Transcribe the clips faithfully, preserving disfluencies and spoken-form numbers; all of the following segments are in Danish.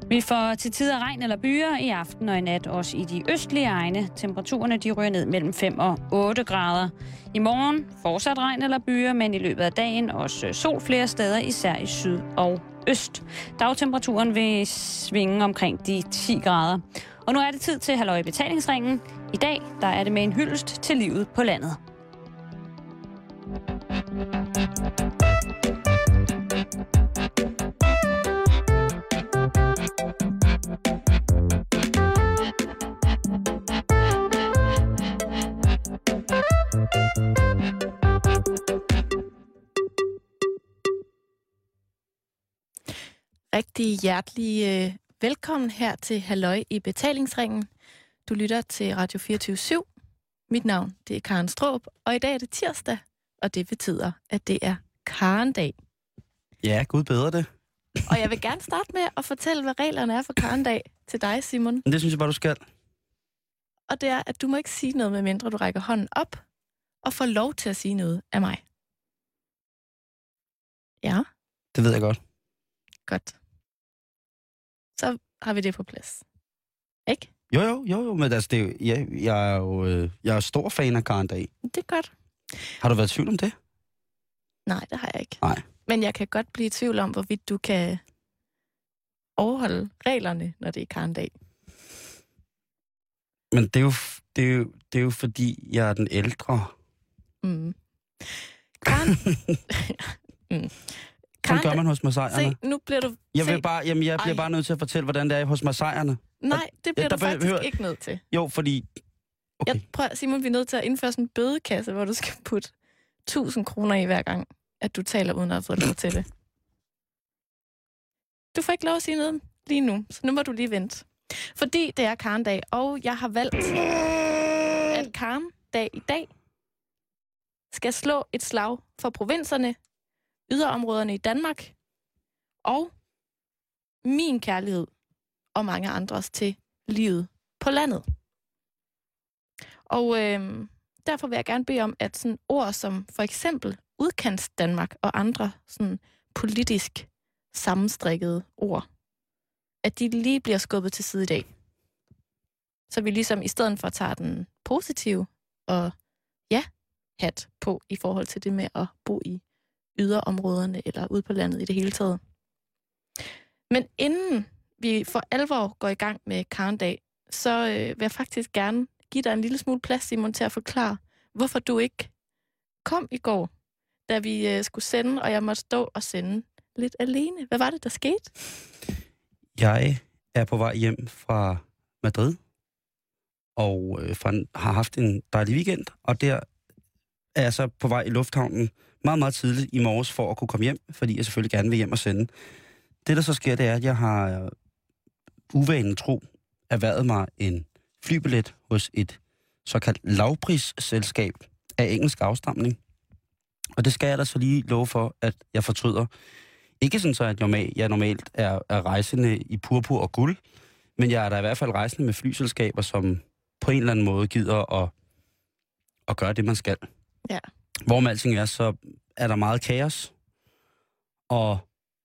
Vi får til tider regn eller byer i aften og i nat, også i de østlige egne. Temperaturerne de ryger ned mellem fem og otte grader. I morgen fortsat regn eller byer, men i løbet af dagen også sol flere steder, især i syd og øst. Dagtemperaturen vil svinge omkring de ti grader. Og nu er det tid til Halløj i Betalingsringen. I dag der er det med en hyldest til livet på landet. Rigtig hjertelig øh, velkommen her til Halløj i Betalingsringen. Du lytter til Radio fireogtyve syv. Mit navn det er Karen Straarup, og i dag er det tirsdag, og det betyder, at det er Karendag. Ja, Gud bedre det. Og jeg vil gerne starte med at fortælle, hvad reglerne er for Karendag til dig, Simon. Det synes jeg bare, du skal. Og det er, at du må ikke sige noget, medmindre du rækker hånden op, og får lov til at sige noget af mig. Ja? Det ved jeg godt. Godt. Så har vi det på plads. Ikke? Jo, jo, jo, jo, men altså, det er jo, ja, jeg er jo øh, jeg er stor fan af Karendag. Det er godt. Har du været i tvivl om det? Nej, det har jeg ikke. Nej. Men jeg kan godt blive i tvivl om, hvorvidt du kan overholde reglerne, når det er Karendag. Men det er jo, det er jo, det er jo fordi, jeg er den ældre. Mm. Karen... mm. Sådan gør man hos marsejerne. Se, nu bliver du... Jeg, se. vil bare, jamen, jeg bliver Ej. bare nødt til at fortælle, hvordan det er hos marsejerne. Nej, det bliver ja, du faktisk behøver... ikke nødt til. Jo, fordi... Okay. Jeg prøver, Simon, vi er nødt til at indføre sådan en bødekasse, hvor du skal putte tusind kroner i hver gang, at du taler uden at have fået lov til det. Du får ikke lov at sige noget lige nu, så nu må du lige vente. Fordi det er Karendag, og jeg har valgt, at Karendag i dag skal slå et slag for provinserne, yderområderne i Danmark, og min kærlighed og mange andres til livet på landet. Og øh, derfor vil jeg gerne bede om, at sådan ord som for eksempel udkants Danmark og andre sådan politisk sammenstrikkede ord, at de lige bliver skubbet til side i dag. Så vi ligesom i stedet for tager den positive og ja-hat på i forhold til det med at bo i yderområderne eller ude på landet i det hele taget. Men inden vi for alvor går i gang med Karendag, så øh, vil jeg faktisk gerne give dig en lille smule plads, Simon, til at forklare, hvorfor du ikke kom i går, da vi øh, skulle sende, og jeg måtte stå og sende lidt alene. Hvad var det, der skete? Jeg er på vej hjem fra Madrid, og øh, fra, har haft en dejlig weekend, og der er jeg så på vej i lufthavnen meget, meget tidligt i morges for at kunne komme hjem, fordi jeg selvfølgelig gerne vil hjem og sende. Det, der så sker, det er, at jeg har uvanen tro erhvervet mig en flybillet hos et såkaldt lavprisselskab af engelsk afstamning. Og det skal jeg da så lige love for, at jeg fortryder. Ikke sådan så, at jeg normalt er, er rejsende i purpur og guld, men jeg er da i hvert fald rejsende med flyselskaber, som på en eller anden måde gider at, at gøre det, man skal. Ja. Hvor med alting er, så er der meget kaos, og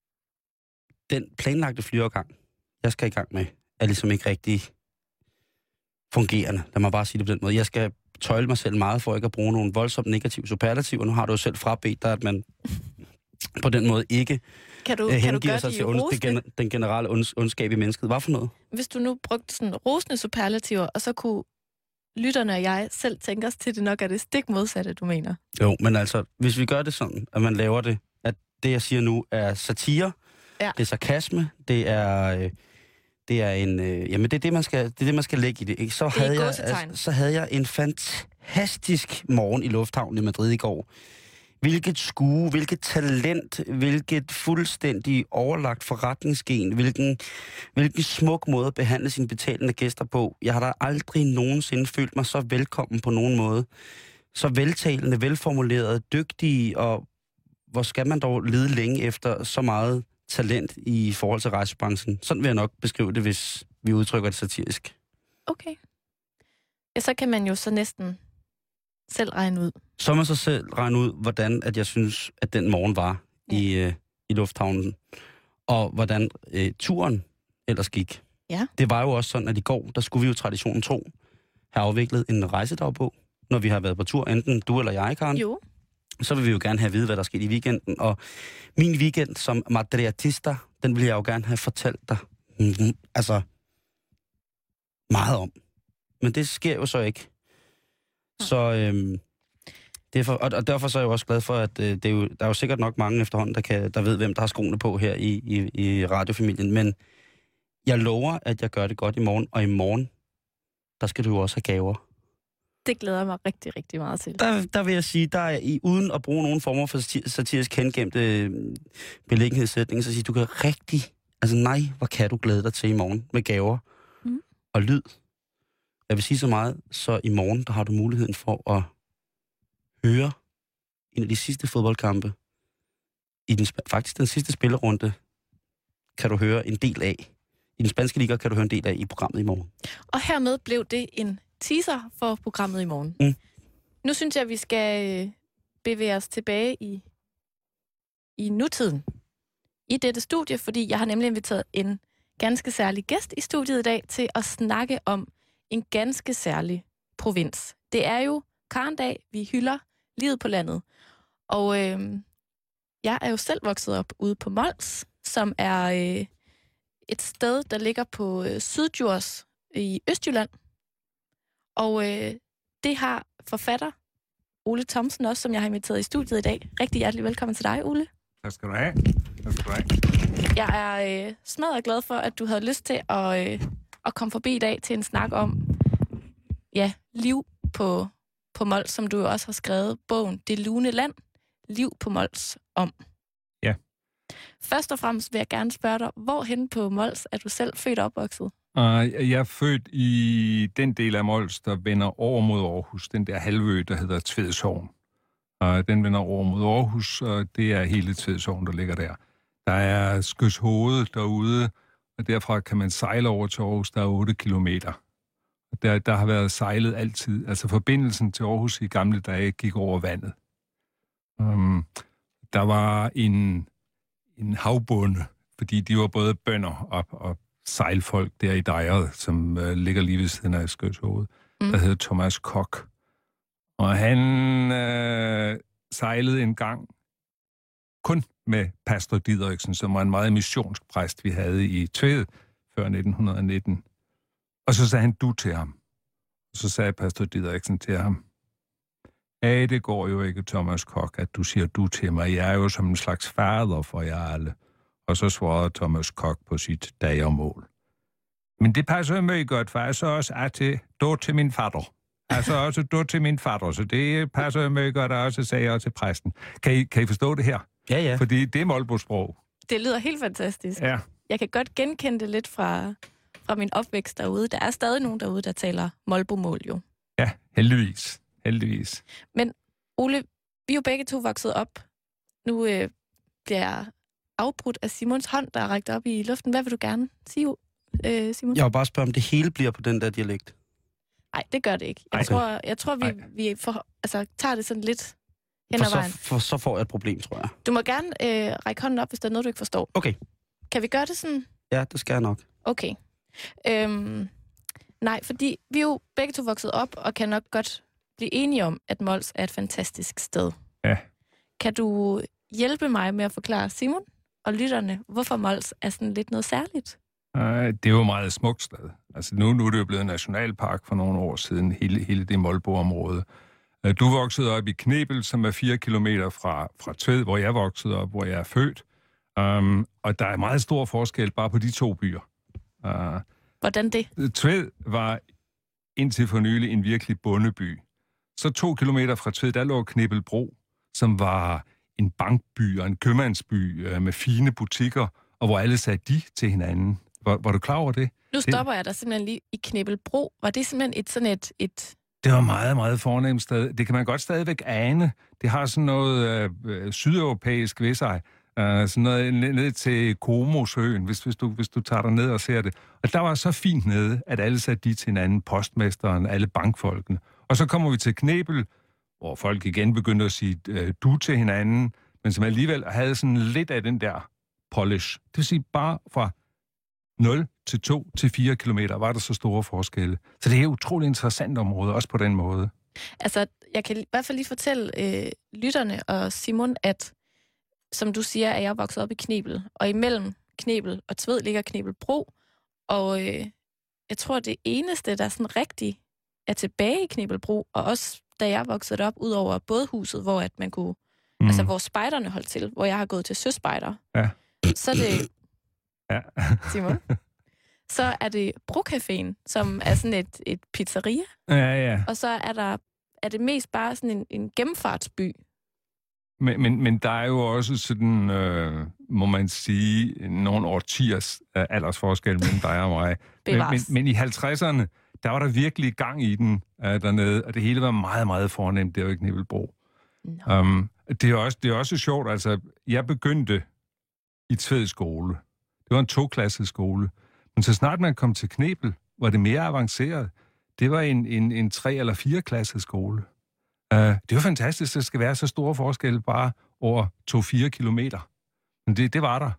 den planlagte flyovergang, jeg skal i gang med, er ligesom ikke rigtig fungerende. Lad mig bare sige det på den måde. Jeg skal tøjle mig selv meget for ikke at bruge nogle voldsomt negative superlativer. Nu har du jo selv frabedt dig, at man på den måde ikke kan du, uh, kan du gøre sig de til ond, den, den generelle ond, ondskab i mennesket. Hvad for noget? Hvis du nu brugte sådan rosende superlativer, og så kunne lytterne og jeg selv tænke os til, det nok er det stik modsatte, du mener. Jo, men altså, hvis vi gør det sådan, at man laver det, at det, jeg siger nu, er satire, ja. Det er sarkasme, det er... Øh, Det er en, øh, jamen det er det man skal, det er det man skal lægge i det. Ikke? Så det havde jeg, altså, så havde jeg en fantastisk morgen i lufthavnen i Madrid i går. Hvilket skue, hvilket talent, hvilket fuldstændig overlagt forretningsgen, hvilken, hvilken smuk måde at behandle sine betalende gæster på. Jeg har da aldrig nogensinde følt mig så velkommen på nogen måde. Så veltalende, velformuleret, dygtig, og hvor skal man dog lede længe efter så meget talent i forhold til rejsebranchen. Sådan vil jeg nok beskrive det, hvis vi udtrykker det satirisk. Okay. Ja, så kan man jo så næsten selv regne ud. Så man så selv regne ud, hvordan at jeg synes, at den morgen var ja. i, øh, i lufthavnen. Og hvordan øh, turen ellers gik. Ja. Det var jo også sådan, at i går, der skulle vi jo traditionen tro have afviklet en rejsedagbog, når vi har været på tur, enten du eller jeg, Karen. Jo. Så vil vi jo gerne have at vide, hvad der skete i weekenden. Og min weekend som madriatista, den vil jeg jo gerne have fortalt dig mm, altså meget om. Men det sker jo så ikke. Så øhm, det er for, og, og derfor så er jeg jo også glad for, at øh, det er jo, der er jo sikkert nok mange efterhånden, der, kan, der ved, hvem der har skoene på her i, i, i radiofamilien. Men jeg lover, at jeg gør det godt i morgen, og i morgen, der skal du jo også have gaver. Det glæder jeg mig rigtig, rigtig meget til. Der, der vil jeg sige, der er i, uden at bruge nogen former for satirisk hengemte beliggenhedssætning, så siger du kan rigtig, altså nej, hvor kan du glæde dig til i morgen med gaver mm. og lyd. Jeg vil sige så meget, så i morgen, der har du muligheden for at høre en af de sidste fodboldkampe. I den, faktisk den sidste spillerunde kan du høre en del af. I den spanske liga kan du høre en del af i programmet i morgen. Og hermed blev det en teaser for programmet i morgen. Mm. Nu synes jeg, at vi skal bevæge os tilbage i, i nutiden. I dette studie, fordi jeg har nemlig inviteret en ganske særlig gæst i studiet i dag til at snakke om en ganske særlig provins. Det er jo Karendag, vi hylder livet på landet. Og øh, jeg er jo selv vokset op ude på Mols, som er øh, et sted, der ligger på øh, Syddjurs i Østjylland. Og øh, det har forfatter Ole Thomsen også, som jeg har inviteret i studiet i dag. Rigtig hjertelig velkommen til dig, Ole. Tak skal du have. Tak skal du have. Jeg er øh, smadret glad for, at du havde lyst til at, øh, at komme forbi i dag til en snak om ja, liv på, på Mols, som du jo også har skrevet bogen Det lune land, liv på Mols om. Ja. Først og fremmest vil jeg gerne spørge dig, hvorhen på Mols er du selv født og opvokset? Uh, jeg er født i den del af Mols, der vender over mod Aarhus. Den der halvø, der hedder Tvedsogn. Uh, den vender over mod Aarhus, og det er hele Tvedsogn, der ligger der. Der er Skøshoved derude, og derfra kan man sejle over til Aarhus, der er otte kilometer. Der, der har været sejlet altid. Altså forbindelsen til Aarhus i gamle dage gik over vandet. Um, der var en, en havbonde, fordi de var både bønder og, og sejlfolk der i Dejret, som øh, ligger lige ved siden af Skøshoved, mm. der hed Thomas Kok. Og han øh, sejlede en gang kun med pastor Didriksen, som var en meget missionsk præst, vi havde i Tved før nitten nitten. Og så sagde han du til ham. Og så sagde pastor Didriksen til ham, ja, det går jo ikke, Thomas Kok, at du siger du til mig. Jeg er jo som en slags fader for jer alle. Og så svarede Thomas Kok på sit dagermål. Men det passer jo meget godt, for jeg så også er til du til min fader. Altså også du til min fader, så det passer jo meget godt, og også sagde jeg til præsten. Kan I, kan I forstå det her? Ja, ja. Fordi det er Molbo-sprog. Det lyder helt fantastisk. Ja. Jeg kan godt genkende det lidt fra, fra min opvækst derude. Der er stadig nogen derude, der taler Molbo-mål jo. Ja, heldigvis. Heldigvis. Men Ole, vi er jo begge to vokset op. Nu øh, bliver jeg afbrudt af Simons hånd, der er rækket op i luften. Hvad vil du gerne sige, øh, Simon? Jeg vil bare spørge, om det hele bliver på den der dialekt. Nej, det gør det ikke. Jeg Ej. tror, jeg tror vi, vi får, altså, tager det sådan lidt hen ad For vejen. så, for så får jeg et problem, tror jeg. Du må gerne øh, række hånden op, hvis der er noget, du ikke forstår. Okay. Kan vi gøre det sådan? Ja, det skal jeg nok. Okay. Øhm, nej, fordi vi er jo begge to vokset op, og kan nok godt blive enige om, at Mols er et fantastisk sted. Ja. Kan du hjælpe mig med at forklare Simon og lytterne, hvorfor Mols er sådan lidt noget særligt? Uh, det er jo et meget smukt sted. Altså nu, nu er det jo blevet nationalpark for nogle år siden, hele, hele det Molbo-område. Uh, du voksede op i Knebel, som er fire kilometer fra, fra Tved, hvor jeg voksede op, hvor jeg er født. Um, og der er meget stor forskel bare på de to byer. Uh, Hvordan det? Tved var indtil for nylig en virkelig bondeby. Så to kilometer fra Tved, der lå Knebelbro, som var en bankby og en købmandsby uh, med fine butikker, og hvor alle sagde de til hinanden. Var, var du klar over det? Nu stopper jeg dig simpelthen lige i Knebelbro. Var det simpelthen et sådan et... et... Det var meget, meget fornemt sted. Det kan man godt stadigvæk ane. Det har sådan noget øh, sydeuropæisk ved sig. Øh, sådan noget ned til Komosøen, hvis, hvis, du, hvis du tager dig ned og ser det. Og der var så fint nede, at alle satte de til hinanden, postmesteren, alle bankfolkene. Og så kommer vi til Knebel, hvor folk igen begyndte at sige øh, du til hinanden, men som alligevel havde sådan lidt af den der polish. Det vil sige bare fra nul til to til fire kilometer var der så store forskelle. Så det er et utroligt interessant område, også på den måde. Altså, jeg kan i hvert fald lige fortælle øh, lytterne og Simon, at som du siger, er jeg vokset op i Knebel, og imellem Knebel og Tved ligger Knebelbro, og øh, jeg tror, det eneste, der sådan rigtig er tilbage i Knebelbro, og også da jeg voksede op, ud over bådhuset, hvor at man kunne, mm. altså hvor spejderne holdt til, hvor jeg har gået til søspejder, ja. så er det, ja. Simon, så er det Brocaféen, som er sådan et, et pizzeria, ja, ja. og så er der er det mest bare sådan en, en gennemfartsby. Men, men, men der er jo også sådan, øh, må man sige, nogle årtiers øh, aldersforskel mellem dig og mig. men, men, men i halvtredserne, der var der virkelig gang i den øh, dernede, og det hele var meget, meget fornemt, det var i Knebelbro. No. Um, det, er også, det er også sjovt, altså, jeg begyndte i Tved skole. Det var en to-klasses skole. Men så snart man kom til Knebel, var det mere avanceret. Det var en, en, en tre- eller fire-klasses skole. Uh, det var fantastisk, at det skal være så store forskelle bare over to-fire kilometer. Men det, det var der.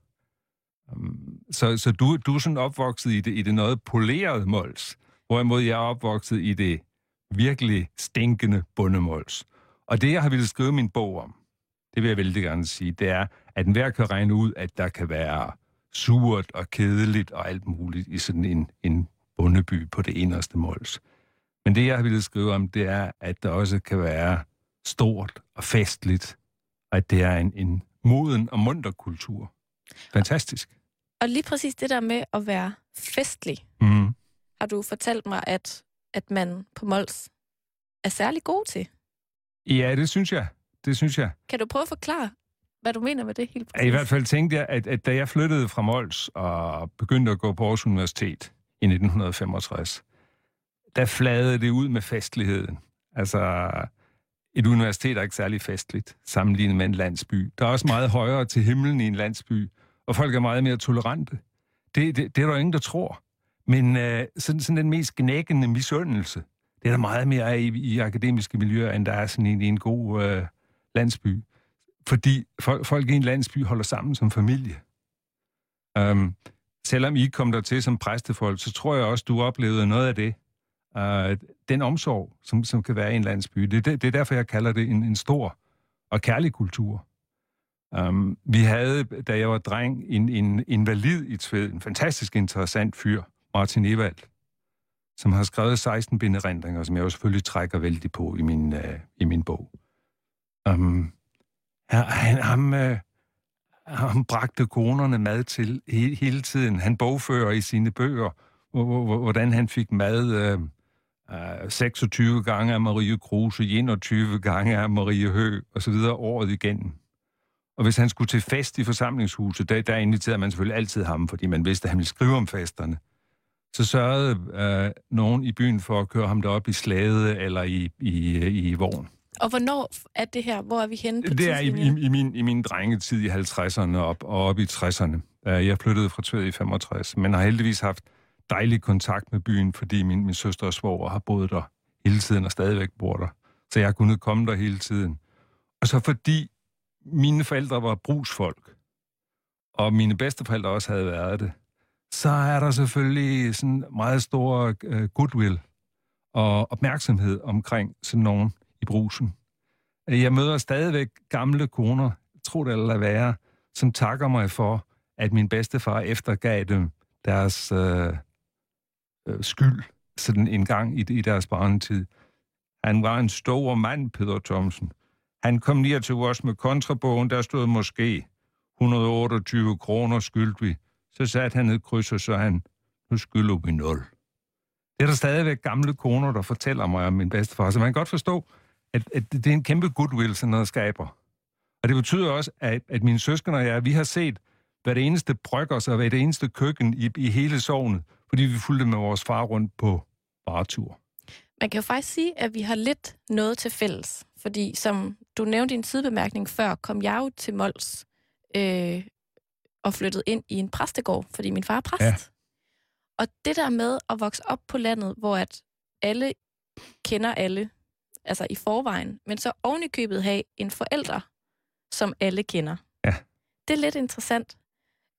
Um, så så du, du er sådan opvokset i det, i det noget polerede Mols, hvorimod jeg er opvokset i det virkelig stinkende bondemols. Og det, jeg har ville skrive min bog om, det vil jeg vældig gerne sige, det er, at enhver kan regne ud, at der kan være surt og kedeligt og alt muligt i sådan en, en bondeby på det inderste Mols. Men det, jeg har ville skrive om, det er, at der også kan være stort og festligt, og at det er en, en moden og munter kultur. Fantastisk. Og lige præcis det der med at være festlig, mm. har du fortalt mig, at, at man på Mols er særlig god til. Ja, det synes jeg. Det synes jeg. Kan du prøve at forklare, hvad du mener med det helt præcis? I hvert fald tænkte jeg, at, at da jeg flyttede fra Mols og begyndte at gå på Aarhus Universitet i nitten femogtres, der fladede det ud med festligheden. Altså, et universitet er ikke særlig festligt, sammenlignet med en landsby. Der er også meget højere til himlen i en landsby, og folk er meget mere tolerante. Det, det, det er der ingen, der tror. Men øh, sådan, sådan den mest gnækkende misundelse, det er der meget mere af i, i akademiske miljøer, end der er sådan en, i en god øh, landsby. Fordi folk, folk i en landsby holder sammen som familie. Um, selvom I kom der til som præstefolk, så tror jeg også, du oplevede noget af det. Uh, den omsorg, som, som kan være i en landsby. Det, det, det er derfor, jeg kalder det en, en stor og kærlig kultur. Um, vi havde, da jeg var dreng, en, en invalid i Tved, en fantastisk interessant fyr, Martin Ewald, som har skrevet seksten binderindringer, som jeg jo selvfølgelig trækker vældig på i min, uh, i min bog. Um, han, ham, uh, ham bragte konerne mad til he, hele tiden. Han bogfører i sine bøger, hvordan han fik mad uh, uh, seksogtyve gange af Marie Kruse, enogtyve gange af Marie Høgh, og så videre året igennem. Og hvis han skulle til fest i forsamlingshuset, der, der inviterede man selvfølgelig altid ham, fordi man vidste, at han ville skrive om festerne. Så sørgede uh, nogen i byen for at køre ham derop i slæde eller i, i, i vogn. Og hvornår er det her? Hvor er vi henne på Det er i, i, i, min, i min drengetid i halvtredserne op, og op i tresserne. Jeg flyttede fra Tved i femogtres, men har heldigvis haft dejlig kontakt med byen, fordi min, min søster og svoger har boet der hele tiden og stadigvæk bor der. Så jeg har kunnet komme der hele tiden. Og så fordi mine forældre var brugsfolk, og mine bedsteforældre også havde været det, så er der selvfølgelig sådan meget stor uh, goodwill og opmærksomhed omkring sådan nogen i Brugsen. Jeg møder stadigvæk gamle koner, tro det eller være, som takker mig for, at min bedstefar eftergav dem deres øh, øh, skyld sådan en gang i, i deres barnetid. Han var en stor mand, Peter Thomsen. Han kom ned til os med kontrabogen, der stod måske et hundrede og otteogtyve kroner skyld vi. Så satte han et kryds, og så han, nu skylder vi nul. Det er der stadigvæk gamle koner, der fortæller mig om min bedstefar. Så man kan godt forstå, at, at det er en kæmpe goodwill, sådan noget skaber. Og det betyder også, at, at mine søskende og jeg, vi har set hver det eneste bryggers og hver det eneste køkken i, i hele sognet, fordi vi fulgte med vores far rundt på varetur. Man kan jo faktisk sige, at vi har lidt noget til fælles. Fordi som du nævnte i en sidebemærkning før, kom jeg jo til Mols øh, og flyttede ind i en præstegård, fordi min far er præst. Ja. Og det der med at vokse op på landet, hvor at alle kender alle, altså i forvejen, men så oven i købet have en forælder, som alle kender. Ja. Det er lidt interessant.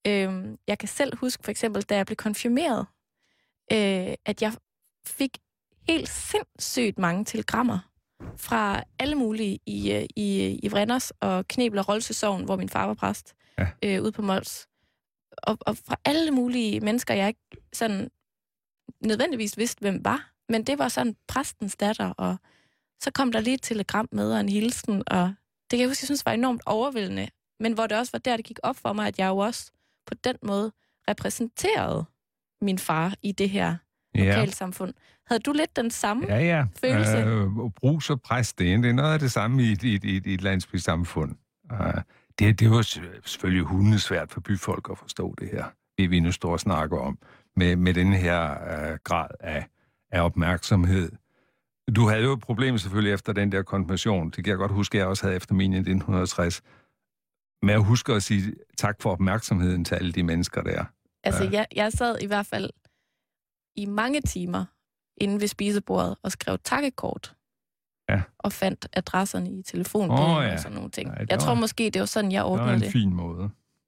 Øhm, jeg kan selv huske, for eksempel, da jeg blev konfirmeret, øh, at jeg fik helt sindssygt mange telegrammer fra alle mulige i, i, i Vrinders og Knebel og Rolse Sogn, hvor min far var præst, ja. øh, ude på Mols. Og, og fra alle mulige mennesker, jeg ikke sådan nødvendigvis vidste, hvem var. Men det var sådan præstens datter, og så kom der lige et telegram med og en hilsen, og det kan jeg huske, jeg synes var enormt overvældende. Men hvor det også var der, det gik op for mig, at jeg jo også på den måde repræsenterede min far i det her lokalsamfund. Ja. Havde du lidt den samme ja, ja. følelse? Øh, brug og præst, det er noget af det samme i et, i et, i et, i et landsbysamfund. Uh, det, det var selvfølgelig hundesvært for byfolk at forstå det her, det vi nu står og snakker om, med, med den her uh, grad af, af opmærksomhed. Du havde jo et problem selvfølgelig efter den der konfirmation. Det kan jeg godt huske, jeg også havde efter min i nitten tres. Men jeg husker at sige tak for opmærksomheden til alle de mennesker der. Altså, jeg, jeg sad i hvert fald i mange timer inde ved spisebordet og skrev takkekort. Ja. Og fandt adresserne i telefonbogen oh, ja. og sådan nogle ting. Nej, jeg var, tror måske, det var sådan, jeg ordnede det. Det var en det. fin måde.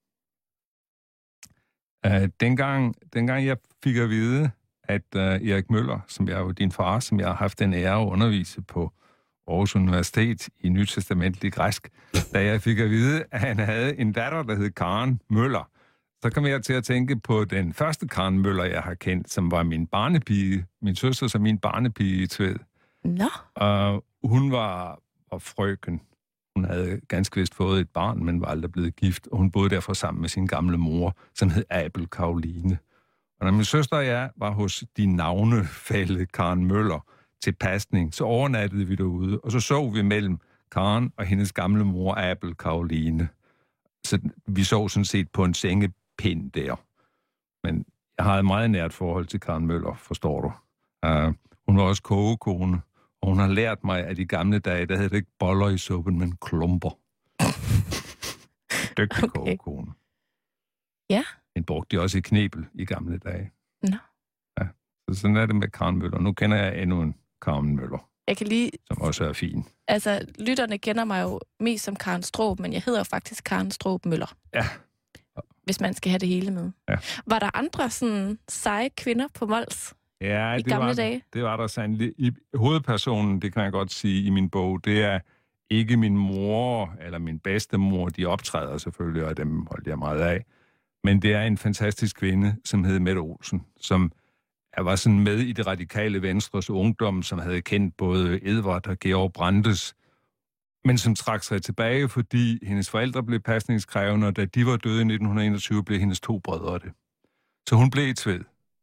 Uh, dengang, dengang jeg fik at vide, at uh, Erik Møller, som jeg er jo din far, som jeg har haft den ære at undervise på Aarhus Universitet i nytestamentlig græsk, da jeg fik at vide, at han havde en datter, der hed Karen Møller. Så kom jeg til at tænke på den første Karen Møller, jeg har kendt, som var min barnepige, min søster som min barnepige i Tved. Nå. Og hun var, var frøken. Hun havde ganske vist fået et barn, men var aldrig blevet gift, og hun boede derfor sammen med sin gamle mor, som hed Abel Karoline. Og når min søster og jeg var hos de navnefælde Karen Møller til pasning, så overnattede vi derude, og så sov vi mellem Karen og hendes gamle mor, Abel Karoline. Så vi sov sådan set på en sengepind der. Men jeg har et meget nært forhold til Karen Møller, forstår du. Uh, hun var også kogekone, og hun har lært mig, at i gamle dage, der hed det ikke boller i suppen, men klumper. Dygtig okay. kogekone. Ja. Den brugte de også i Knebel i gamle dage. Nå. Ja, så sådan er det med Karen Møller. Nu kender jeg endnu en Karen Møller. Jeg kan lige... Som også er fin. Altså, lytterne kender mig jo mest som Karen Straarup, men jeg hedder faktisk Karen Straarup Møller. Ja. Hvis man skal have det hele med. Ja. Var der andre sådan seje kvinder på Mols ja, i det gamle var, dage? det var der sandelig. I hovedpersonen, det kan jeg godt sige i min bog, det er ikke min mor eller min bedstemor. De optræder selvfølgelig, og dem holdt jeg meget af. Men det er en fantastisk kvinde, som hed Mette Olsen, som jeg var sådan med i det radikale Venstres ungdom, som havde kendt både Edvard og Georg Brandes, men som trak sig tilbage, fordi hendes forældre blev pasningskrævende, og da de var døde i nitten enogtyve, blev hendes to brødre det. Så hun blev i Tved.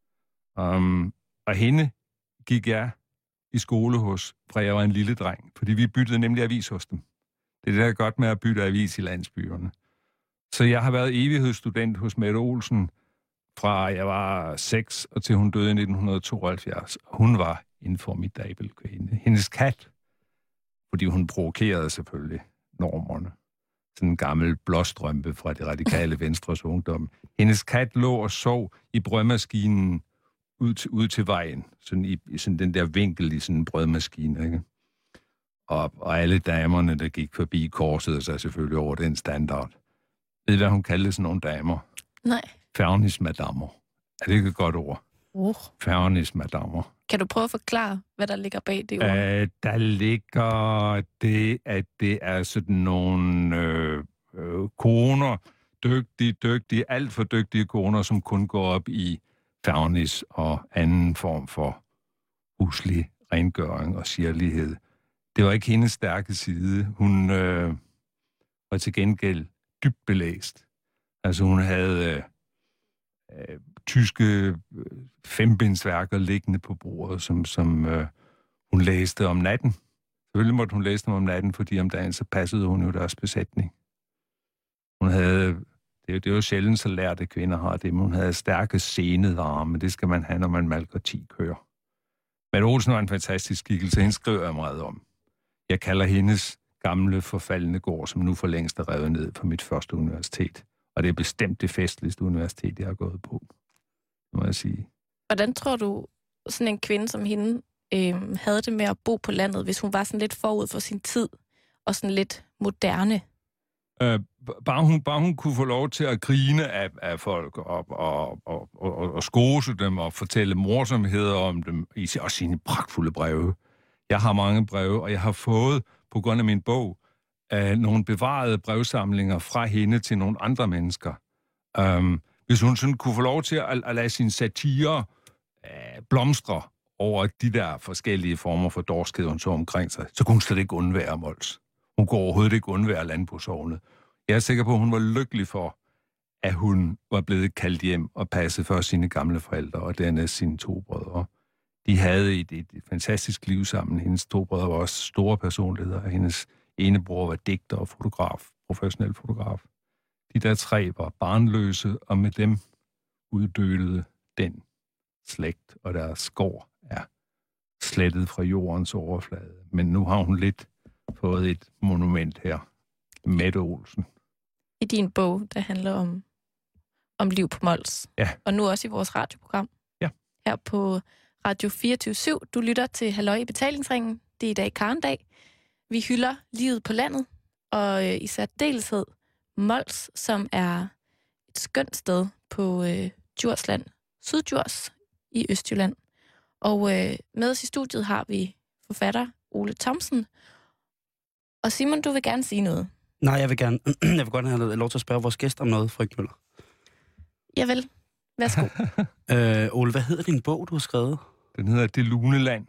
Um, og hende gik jeg i skole hos, fra jeg var en lille dreng, fordi vi byttede nemlig avis hos dem. Det er det, der er godt med at bytte avis i landsbyerne. Så jeg har været evighedsstudent hos Mette Olsen, fra jeg var seks, og til hun døde i nitten tooghalvfjerds. Hun var en formidabel kvinde. Hendes kat, fordi hun provokerede selvfølgelig normerne. Sådan en gammel blåstrømpe fra det radikale Venstres ungdom. Hendes kat lå og sov i brødmaskinen ud til, ud til vejen. Sådan i, i sådan den der vinkel i sådan en brødmaskine, ikke? Og, og alle damerne, der gik forbi, korsede sig selvfølgelig over den standard. Ved du, hvad hun kaldte sådan nogle damer? Nej. Fernismadammer. Er det ikke et godt ord? Uh. Fernismadammer. Kan du prøve at forklare, hvad der ligger bag det ord? Æh, der ligger det, at det er sådan nogle øh, øh, koner, dygtige, dygtige, alt for dygtige koner, som kun går op i fernis og anden form for huslig rengøring og sirlighed. Det var ikke hendes stærke side. Hun øh, var til gengæld dybt belæst. Altså hun havde øh, øh, tyske øh, fembindsværker liggende på bordet, som, som øh, hun læste om natten. Selvfølgelig måtte hun læse dem om natten, fordi om dagen så passede hun jo deres besætning. Hun havde, det, det er jo sjældent så lærte kvinder har det, men hun havde stærke senede arme. Det skal man have, når man malker ti køer. Men Olsen var en fantastisk skikkelse, hende skriver jeg meget om. Jeg kalder hendes gamle forfaldende gård, som nu for længst er revet ned på mit første universitet. Og det er bestemt det festligste universitet, jeg har gået på, må jeg sige. Hvordan tror du, sådan en kvinde som hende øh, havde det med at bo på landet, hvis hun var sådan lidt forud for sin tid, og sådan lidt moderne? Øh, bare, hun, bare hun kunne få lov til at grine af, af folk, og, og, og, og, og skose dem, og fortælle morsomheder om dem, og sine pragtfulde breve. Jeg har mange breve, og jeg har fået, på grund af min bog, øh, nogle bevarede brevsamlinger fra hende til nogle andre mennesker. Um, hvis hun sådan kunne få lov til at, at lade sin satire øh, blomstre over de der forskellige former for dårskhed, hun så omkring sig, så kunne hun slet ikke undvære Mols. Hun kunne overhovedet ikke undvære landbrugsovnet. Jeg er sikker på, at hun var lykkelig for, at hun var blevet kaldt hjem og passet for sine gamle forældre, og dernæst sine to brødre. De havde et, et, et fantastisk liv sammen. Hendes to brødre var også store personligheder. Hendes ene bror var digter og fotograf, professionel fotograf. De der tre var barnløse, og med dem uddøde den slægt, og deres skår er slettet fra jordens overflade. Men nu har hun lidt fået et monument her. Mette Olsen. I din bog, der handler om, om liv på Mols. Ja. Og nu også i vores radioprogram. Ja. Her på Radio fireogtyve syv. Du lytter til Halløj i betalingsringen. Det er i dag Karendag. Vi hylder livet på landet, og øh, i særdeleshed Mols, som er et skønt sted på øh, Djursland, Syddjurs i Østjylland. Og øh, med os i studiet har vi forfatter Ole Thomsen. Og Simon, du vil gerne sige noget. Nej, jeg vil gerne jeg vil godt have lov til at spørge vores gæst om noget, Frøken Møller. Javel. Værsgo. øh, Ole, hvad hedder din bog, du har skrevet? Den hedder Det lune land.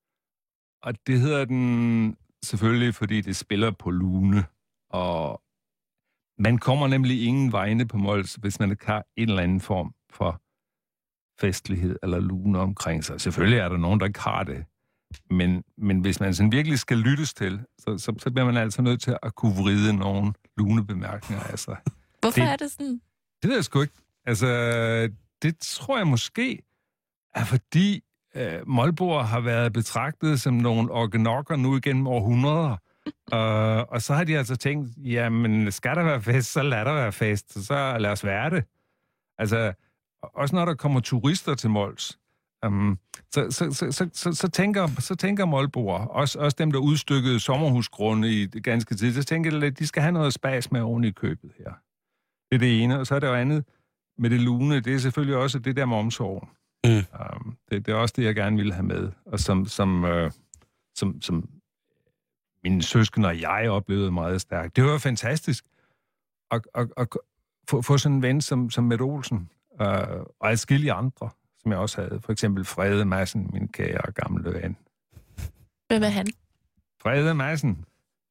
Og det hedder den selvfølgelig, fordi det spiller på lune. Og man kommer nemlig ingen vegne på Mols, hvis man ikke har en eller anden form for festlighed eller lune omkring sig. Selvfølgelig er der nogen, der ikke har det. Men, men hvis man sådan virkelig skal lyttes til, så, så, så bliver man altså nødt til at kunne vride nogle lune bemærkninger af sig. Hvorfor det, er det sådan? Det ved jeg sgu ikke. Altså, det tror jeg måske er fordi øh, Molboer har været betragtet som nogle organokker nu igennem århundreder. uh, og så har de altså tænkt, jamen skal der være fest, så lad der være fest, så lad os være det. Altså, også når der kommer turister til Mols, Um, så, så, så, så, så, så, tænker, så tænker Molboer, også, også dem, der udstykkede sommerhusgrunde i det ganske tid, så tænker de, at de skal have noget spas med oven i købet her. Det er det ene, og så er det jo andet med det lune, det er selvfølgelig også det der med omsorgen. Mm. Um, det, det er også det, jeg gerne ville have med, og som, som, uh, som, som mine søskende og jeg oplevede meget stærkt. Det var fantastisk at, at, at få, få sådan en ven som, som Mette Olsen, uh, og adskillige andre, som jeg også havde. For eksempel Frede Madsen, min kære og gamle ven. Hvem er han? Frede Madsen.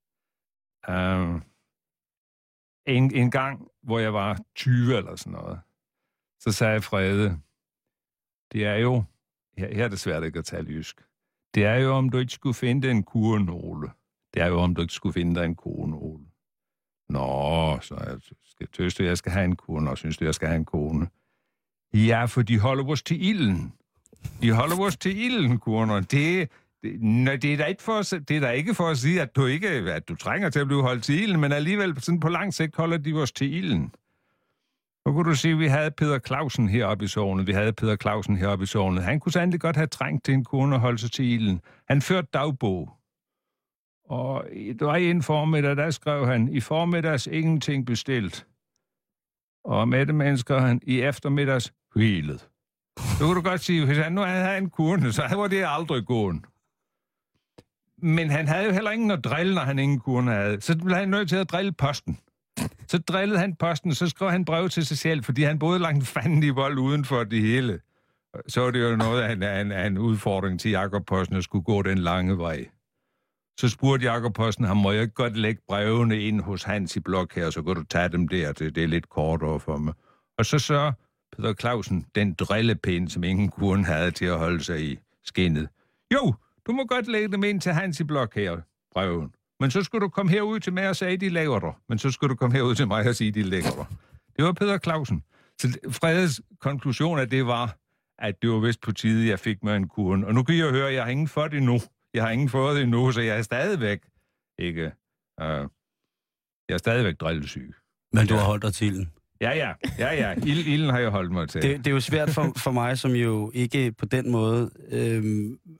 Uh, en, en gang, hvor jeg var tyve eller sådan noget, så sagde Frede, det er jo, her, her er det svært ikke at tale jysk, det er jo, om du ikke skulle finde en kurenåle. Det er jo, om du ikke skulle finde dig en kurenåle. Nå, så jeg skal tøste, jeg skal have en kone, og synes du, jeg skal have en kone. Ja, for de holder os til ilden. De holder os til ilden, kurner. Det, det, det, er da ikke for, det er da ikke for at sige, at du ikke at du trænger til at blive holdt til ilden, men alligevel sådan på lang sigt holder de os til ilden. Nu kunne du se, at vi havde Peter Clausen heroppe i sognet. Vi havde Peter Clausen heroppe i sognet. Han kunne sandelig godt have trængt til en kone og holde sig til ilden. Han førte dagbog. Og det var i en formiddag, der skrev han, i formiddags ingenting bestilt. Og med det mennesker han i eftermiddags hvilet. Du kunne du godt sige, hvis han nu havde en kone, så var det aldrig gået. Men han havde jo heller ingen at drille, når han ingen kone havde. Så blev han nødt til at drille posten. Så drillede han posten, så skrev han brev til sig selv, fordi han boede langt fanden i vold uden for det hele. Så var det jo noget af en, af en, af en udfordring til Jakob Posten at skulle gå den lange vej. Så spurgte Jakob Posten ham, må jeg ikke godt lægge brevene ind hos Hans i blok her, så kan du tage dem der, det, det er lidt kortere for mig. Og så så Peter Clausen, den drillepæn, som ingen kone havde til at holde sig i skinnet. Jo, du må godt lægge dem ind til Hans i blok her, breven. Men så skulle du komme herud til mig og sige, de lægger dig. Men så skulle du komme herud til mig og sige, de lægger dig. Det var Peter Clausen. Så Fredes konklusion af det var, at det var vist på tide, jeg fik mig en kone. Og nu kan jeg høre, at jeg har ingen fået det endnu. Jeg har ingen fået det endnu, så jeg er stadigvæk ikke... Uh, jeg er stadigvæk drillesyg. Men du har holdt dig til ilden? Ja, ja. Ja, ja. Ilden har jeg holdt mig til. Det, det er jo svært for, for mig, som jo ikke på den måde øhm,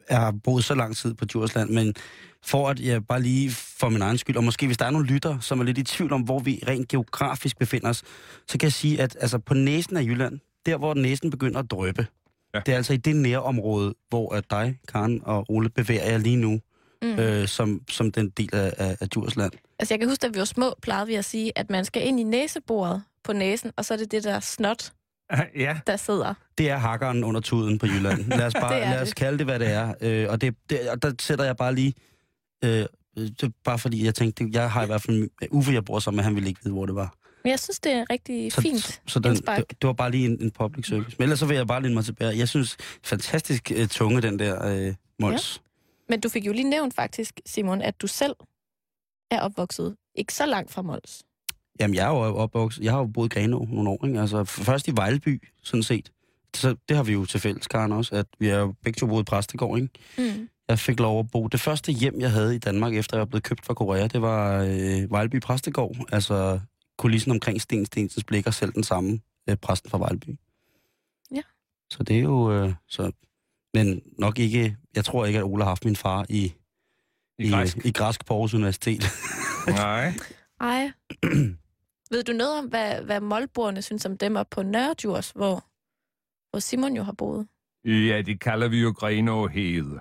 jeg har boet så lang tid på Djursland, men for at jeg bare lige for min egen skyld, og måske hvis der er nogle lytter, som er lidt i tvivl om, hvor vi rent geografisk befinder os, så kan jeg sige, at altså, på næsen af Jylland, der hvor næsen begynder at drøbe, ja. Det er altså i det nærområde, hvor at dig, Karen og Ole, bevæger jer lige nu, mm. øh, som, som den del af, af, af Djursland. Altså jeg kan huske, at vi var små, plejede vi at sige, at man skal ind i næseboret på næsen, og så er det det der snot, ja. Der sidder. Det er hakkeren under tuden på Jylland. Lad os, bare, lad os kalde det, hvad det er. Øh, og det, det, og der sætter jeg bare lige... Øh, det, bare fordi jeg tænkte, jeg har i hvert fald... Uffe, jeg bor sammen med, han ville ikke vide, hvor det var. Men jeg synes, det er rigtig så, fint så, så den, det, det var bare lige en, en public service. Men ellers så vil jeg bare linde mig tilbage. Jeg synes, fantastisk uh, tunge, den der uh, Mols. Ja. Men du fik jo lige nævnt faktisk, Simon, at du selv er opvokset ikke så langt fra Mols. Jamen, jeg er jo opvokset. Jeg har jo boet i Grenaa nogle år, ikke? Altså, først i Vejleby, sådan set. Så det har vi jo til fælles, Karen, også, at vi er jo begge to boet i Præstegård, ikke? Mm. Jeg fik lov at bo. Det første hjem, jeg havde i Danmark, efter jeg var blevet købt fra Korea, det var øh, Vejleby Præstegård. Altså kulissen omkring Sten Stensens Blikker, selv den samme øh, præsten fra Vejleby. Ja. Så det er jo... Øh, så, men nok ikke... Jeg tror ikke, at Ole har haft min far i... I græsk? I, i græsk på Aarhus Universitet. Nej. Nej. Ved du noget om, hvad, hvad målboerne synes om dem op på Nørre Djurs, hvor, hvor Simon jo har boet? Ja, det kalder vi jo Grenaa-hede.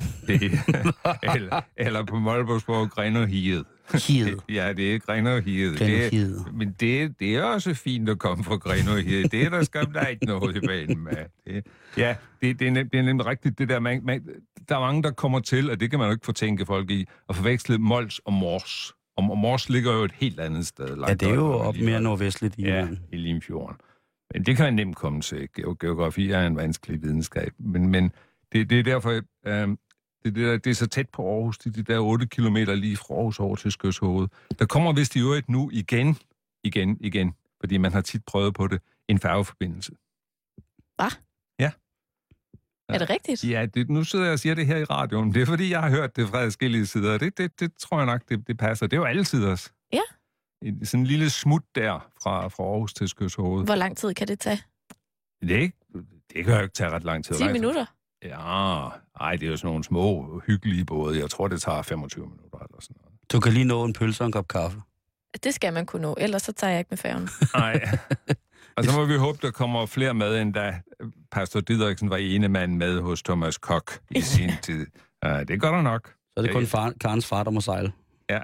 eller, eller på Målborgsborg Grenaa-hede. Hede. Ja, det er Grenaa-hede. Det, men det, det er også fint at komme fra Grenaa-hede. Det er der skam, der er ikke noget i banen med. Det, ja, det, det, er nem, det er nemlig rigtigt det der. Man, man, der er mange, der kommer til, og det kan man jo ikke fortænke folk i, at forveksle Mols og Mors. Og Mors ligger jo et helt andet sted. Ja, det er jo op mere nordvestligt i Ja, i Limfjorden. Men det kan man nemt komme til. Geografi er en vanskelig videnskab. Men, men det, det er derfor, øh, det, det, det er så tæt på Aarhus, det er de der otte kilometer lige fra Aarhus over til Skøshoved. Der kommer vist i øvrigt nu igen, igen, igen, fordi man har tit prøvet på det, en færgeforbindelse. Hvad? Ja. Er det rigtigt? Ja, det, nu sidder jeg og siger det her i radioen. Det er fordi, jeg har hørt det fra forskellige sider. Det, det, det tror jeg nok, det, det passer. Det er jo altid os. Ja. Sådan en lille smut der fra, fra Aarhus til Skøshoved. Hvor lang tid kan det tage? Det, er ikke, det kan jo ikke tage ret lang tid. ti minutter? Ja, ej, det er jo sådan nogle små, hyggelige både. Jeg tror, det tager femogtyve minutter eller sådan noget. Du kan lige nå en pølse og en kop kaffe. Det skal man kunne nå, ellers så tager jeg ikke med færgen. Nej. Og så må vi håbe, der kommer flere med, end da Pastor Didriksen var ene mand med hos Thomas Koch i sin tid. Ja, det gør der nok. Så er det kun far, Karens far, der må sejle. Ja.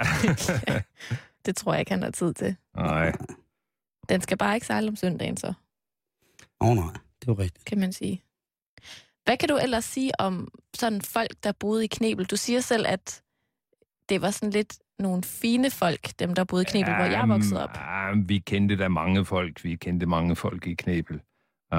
Det tror jeg ikke, han har tid til. Nej. Den skal bare ikke sejle om søndagen, så. Åh oh, nej, det er jo rigtigt. Kan man sige. Hvad kan du ellers sige om sådan folk, der boede i Knebel? Du siger selv, at det var sådan lidt nogle fine folk, dem der boede i Knebel, ja, hvor jeg voksede op. Ja, vi kendte da mange folk. Vi kendte mange folk i Knebel. Uh,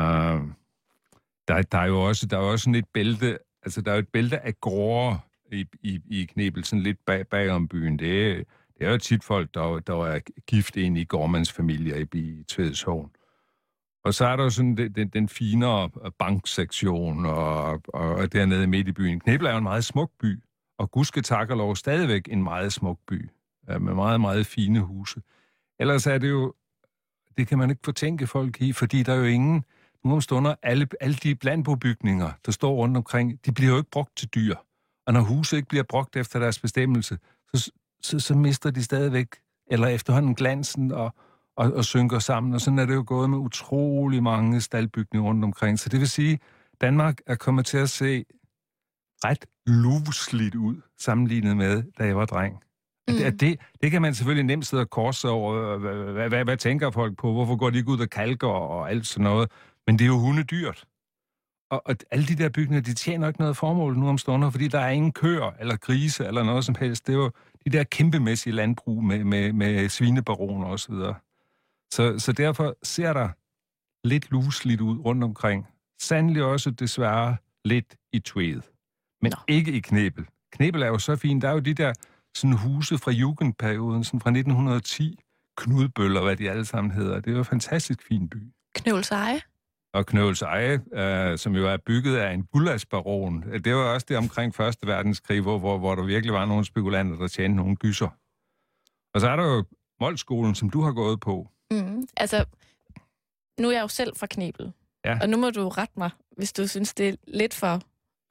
der, der er jo også, der er også sådan et bælte, altså der er jo et bælte af gårde i, i, i Knebel, sådan lidt bag, bag om byen. Det er, det er jo tit folk, der, der er gift ind i gårdmandsfamilier i, i Tvedshov. Og så er der jo sådan den, den, den finere banksektion, og, og dernede midt i byen. Knebel er jo en meget smuk by, og gudske tak og lov stadigvæk en meget smuk by, med meget, meget fine huse. Ellers er det jo, det kan man ikke fortænke folk i, fordi der er jo ingen, nu om stunder, alle, alle de landbrugbyggninger, der står rundt omkring, de bliver jo ikke brugt til dyr. Og når huset ikke bliver brugt efter deres bestemmelse, så, så, så mister de stadigvæk, eller efterhånden glansen og, og, og synker sammen. Og sådan er det jo gået med utrolig mange staldbygninger rundt omkring. Så det vil sige, Danmark er kommet til at se ret lusligt ud, sammenlignet med, da jeg var dreng. Mm. Det, det, det kan man selvfølgelig nemt sidde og korse over. Hvad, hvad, hvad, hvad tænker folk på? Hvorfor går de ikke ud og kalker og alt sådan noget? Men det er jo hundedyrt. Og, og alle de der bygninger, de tjener ikke noget formål nu om stunder, fordi der er ingen køer eller grise eller noget som helst. Det er jo de der kæmpemæssige landbrug med, med, med svinebaroner og så videre. Så, så derfor ser der lidt lusligt ud rundt omkring. Sandelig også desværre lidt i Tved. Men Nå. Ikke i Knebel. Knebel er jo så fint. Der er jo de der sådan huse fra jugendperioden, sådan fra nitten ti. Knudbøller, hvad de alle sammen hedder. Det er jo en fantastisk fin by. Knøvlseje. Og Knøvlseje, øh, som jo er bygget af en gullaschbaron. Det var også det omkring første verdenskrig, hvor, hvor, hvor der virkelig var nogle spekulanter, der tjente nogle gyser. Og så er der jo Molskolen, som du har gået på. Mm, altså, nu er jeg jo selv fra Knebel. Ja. Og nu må du rette mig, hvis du synes, det er lidt for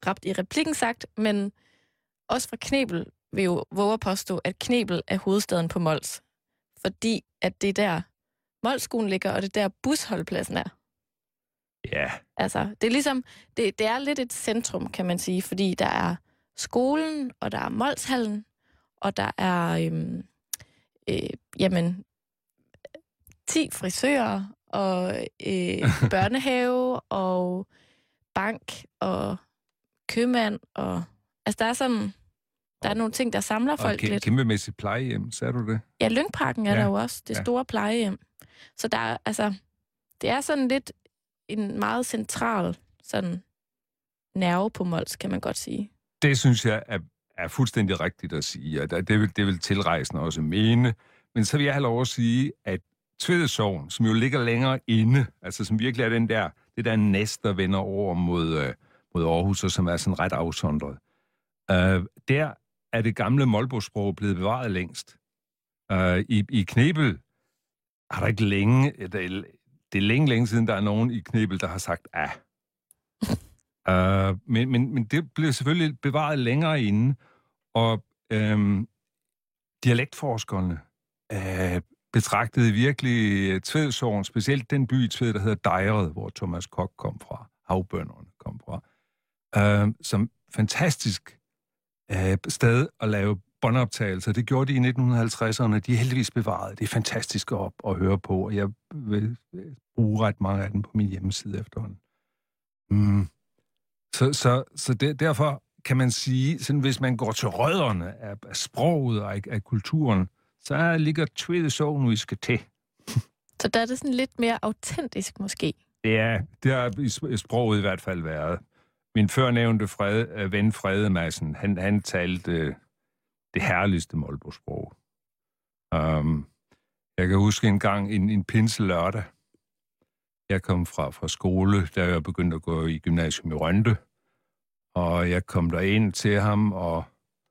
rapt i replikken sagt, men også fra Knebel vil jo våge at påstå, at Knebel er hovedstaden på Mols. Fordi at det er der Molsskolen ligger, og det er der busholdpladsen er. Ja. Altså, det er ligesom, det, det er lidt et centrum, kan man sige, fordi der er skolen, og der er Molshallen, og der er, øhm, øh, jamen, ti frisører, og øh, børnehave, og bank, og købmand, og altså, der er sådan, der er nogle ting, der samler folk og lidt. Kæmpemæssigt plejehjem, sagde du det? Ja, Lyngparken er ja. Der jo også, det ja. store plejehjem. Så der er, altså, det er sådan lidt en meget central sådan nerve på Mols, kan man godt sige. Det synes jeg er, er fuldstændig rigtigt at sige, og det vil, det vil tilrejsende også mene. Men så vil jeg have lov at sige, at Tvede Sogn, som jo ligger længere inde, altså som virkelig er den der, det der næst, der vender over mod, øh, mod Aarhus, og som er sådan ret afsondret. Øh, der er det gamle Molbo-sprog blevet bevaret længst. Øh, i, I Knebel har der ikke længe, det er, det er længe, længe siden, der er nogen i Knebel, der har sagt ah. øh, men, men, men det blev selvfølgelig bevaret længere inde, og øh, dialektforskerne øh, betragtede virkelig Tvede Sogn, specielt den by i Tvede, der hedder Dejret, hvor Thomas Koch kom fra, havbønderne kom fra, øh, som fantastisk øh, sted at lave båndoptagelser. Det gjorde de i nitten halvtredserne. De er heldigvis bevaret. Det er fantastisk at, at høre på, og jeg vil bruge ret mange af dem på min hjemmeside efterhånden. Mm. Så, så, så det, derfor kan man sige, sådan, hvis man går til rødderne af, af sproget og af, af kulturen, så ligger Tvede Sogn, vi skal til. Så der er det sådan lidt mere autentisk måske? Ja, det har i sproget i hvert fald været. Min førnævnte fred, ven Frede Madsen, han, han talte øh, det herligste Molbo-sprog. Um, jeg kan huske en gang en, en pinselørdag. Jeg kom fra, fra skole, da jeg begyndte at gå i gymnasium i Rønde. Og jeg kom derind til ham, og,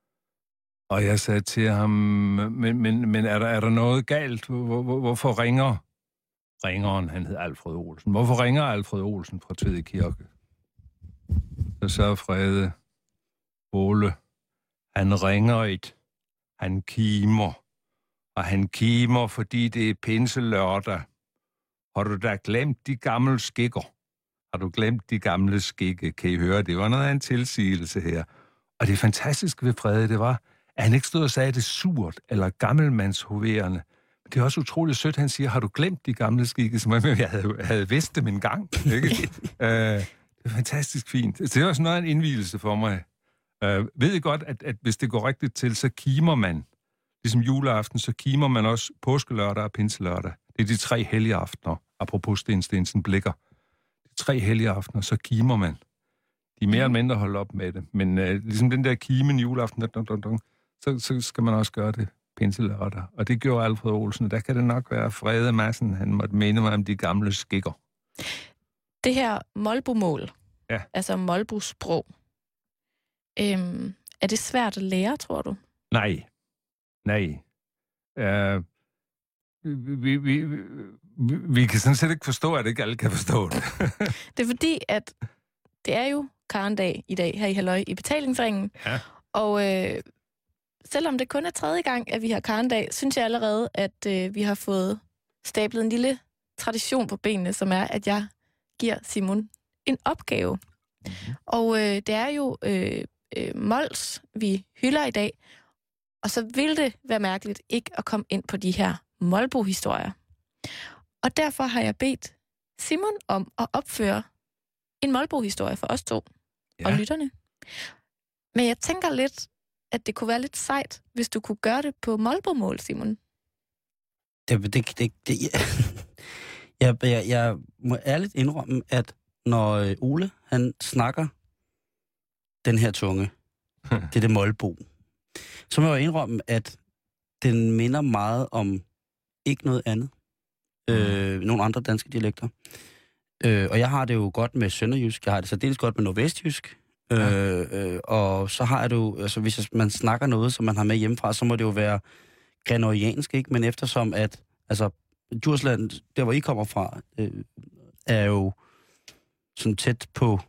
og jeg sagde til ham, men, men, men er, der, er der noget galt? Hvor, hvor, hvorfor ringer ringeren? Han hed Alfred Olsen. Hvorfor ringer Alfred Olsen fra Tvede Kirke? Så sagde Frede, Ole, han ringer et, han kimer, og han kimer, fordi det er pinselørdag. Har du da glemt de gamle skikker? Har du glemt de gamle skikke? Kan I høre? Det var noget af en tilsigelse her. Og det fantastiske ved Frede, det var, at han ikke stod og sagde det surt eller gammelmandshoverende. Det er også utroligt sødt, han siger, har du glemt de gamle skikke, som jeg havde, havde vidst dem engang? Ikke? uh, det er fantastisk fint. Det er også noget af en indvielse for mig. Uh, ved I godt, at, at hvis det går rigtigt til, så kimer man, ligesom juleaften, så kimer man også påskelørdag og pinselørdag. Det er de tre hellige aftener, apropos Sten Stensen Blikker. De tre hellige aftener, så kimer man. De er mere eller mindre holdt op med det, men uh, ligesom den der kimen juleaften, dun, dun, dun, så, så skal man også gøre det pinselørdag. Og det gjorde Alfred Olsen, og der kan det nok være Frede Madsen, han måtte minde mig om de gamle skikker. Det her Molbo-mål, ja. Altså Molbo-sprog, øhm, er det svært at lære, tror du? Nej. Nej. Uh, vi, vi, vi, vi kan sådan set ikke forstå, at ikke alle kan forstå det. Det er fordi, at det er jo Karendag i dag her i Halløj i betalingsringen. Ja. Og øh, selvom det kun er tredje gang, at vi har Karendag, synes jeg allerede, at øh, vi har fået stablet en lille tradition på benene, som er, at jeg giver Simon en opgave. Mm-hmm. Og øh, det er jo øh, øh, Mols, vi hylder i dag. Og så vil det være mærkeligt ikke at komme ind på de her Molbo-historier. Og derfor har jeg bedt Simon om at opføre en Molbo-historie for os to ja. Og lytterne. Men jeg tænker lidt, at det kunne være lidt sejt, hvis du kunne gøre det på Molbo-mål, Simon. Det, det, det, det, jeg, jeg, jeg må ærligt indrømme, at når Ole, han snakker den her tunge, det er det Molbo, så må jeg indrømme, at den minder meget om ikke noget andet. Mm. Øh, nogle andre danske dialekter. Øh, og jeg har det jo godt med sønderjysk, jeg har det særdeles godt med nordvestjysk. Ja. Øh, øh, og så har jeg det jo, altså hvis man snakker noget, som man har med hjemmefra, så må det jo være grenoriansk, ikke? Men eftersom at, altså, Djursland, der hvor I kommer fra, øh, er jo sådan tæt på,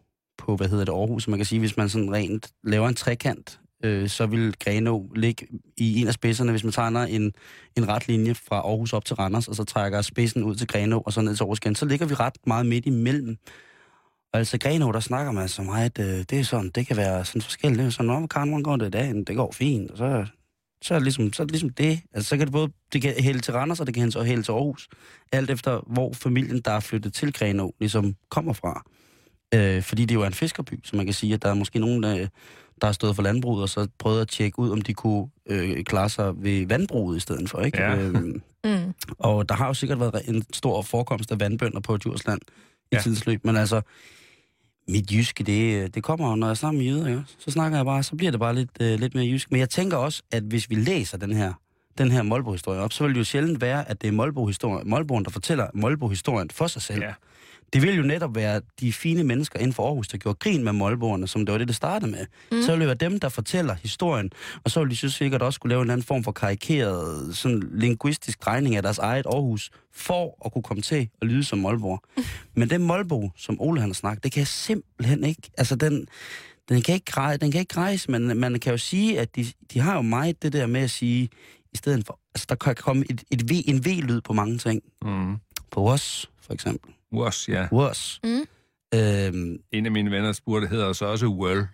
på, hvad hedder det, Aarhus. Man kan sige, hvis man sådan rent laver en trekant, øh, så vil Grenaa ligge i en af spidserne, hvis man tegner en, en ret linje fra Aarhus op til Randers, og så trækker spidsen ud til Grenaa, og så ned til Aarhus igen, så ligger vi ret meget midt imellem. Og altså Grenaa, der snakker man så meget, øh, det er sådan, det kan være sådan forskelligt. Det er sådan, når Karen, hvordan går det i dag? Det går fint, og så... Så er, det ligesom, så er det ligesom det. Altså, så kan det både det kan hælde til Randers, og det kan så hælde til Aarhus. Alt efter, hvor familien, der er flyttet til Grenaa, ligesom kommer fra. Øh, fordi det jo er en fiskerby, så man kan sige, at der er måske nogen, der, der har stået for landbruget, og så prøvet at tjekke ud, om de kunne øh, klare sig ved vandbruget i stedet for, ikke? Ja. Øhm, mm. Og der har jo sikkert været en stor forekomst af vandbønder på Djursland i ja. tidens løb, men altså... Mit jyske, det, det kommer jo, når jeg snakker med jyder, ja. Så snakker jeg bare, så bliver det bare lidt, øh, lidt mere jysk. Men jeg tænker også, at hvis vi læser den her, den her Molbo-historie op, så vil det jo sjældent være, at det er Molbo-historien, Molboen, der fortæller Molbo-historien for sig selv. Ja. Det vil jo netop være de fine mennesker inden for Aarhus, der gjorde grin med Molboerne, som det var det, det startede med. Mm. Så vil det være dem, der fortæller historien, og så vil de synes sikkert også skulle lave en anden form for karikeret, sådan linguistisk drejning af deres eget Aarhus, for at kunne komme til at lyde som Molboer. Mm. Men den Molbo, som Ole han har snakket, det kan jeg simpelthen ikke, altså den, den kan ikke grej, den kan ikke grejse, men man kan jo sige, at de, de har jo meget det der med at sige, i stedet for, altså der kan komme et, et v, en V-lyd på mange ting. Mm. På os, for eksempel. Wors, ja. Wors. Mm. Øhm, en af mine venner spurgte, hedder så også Well.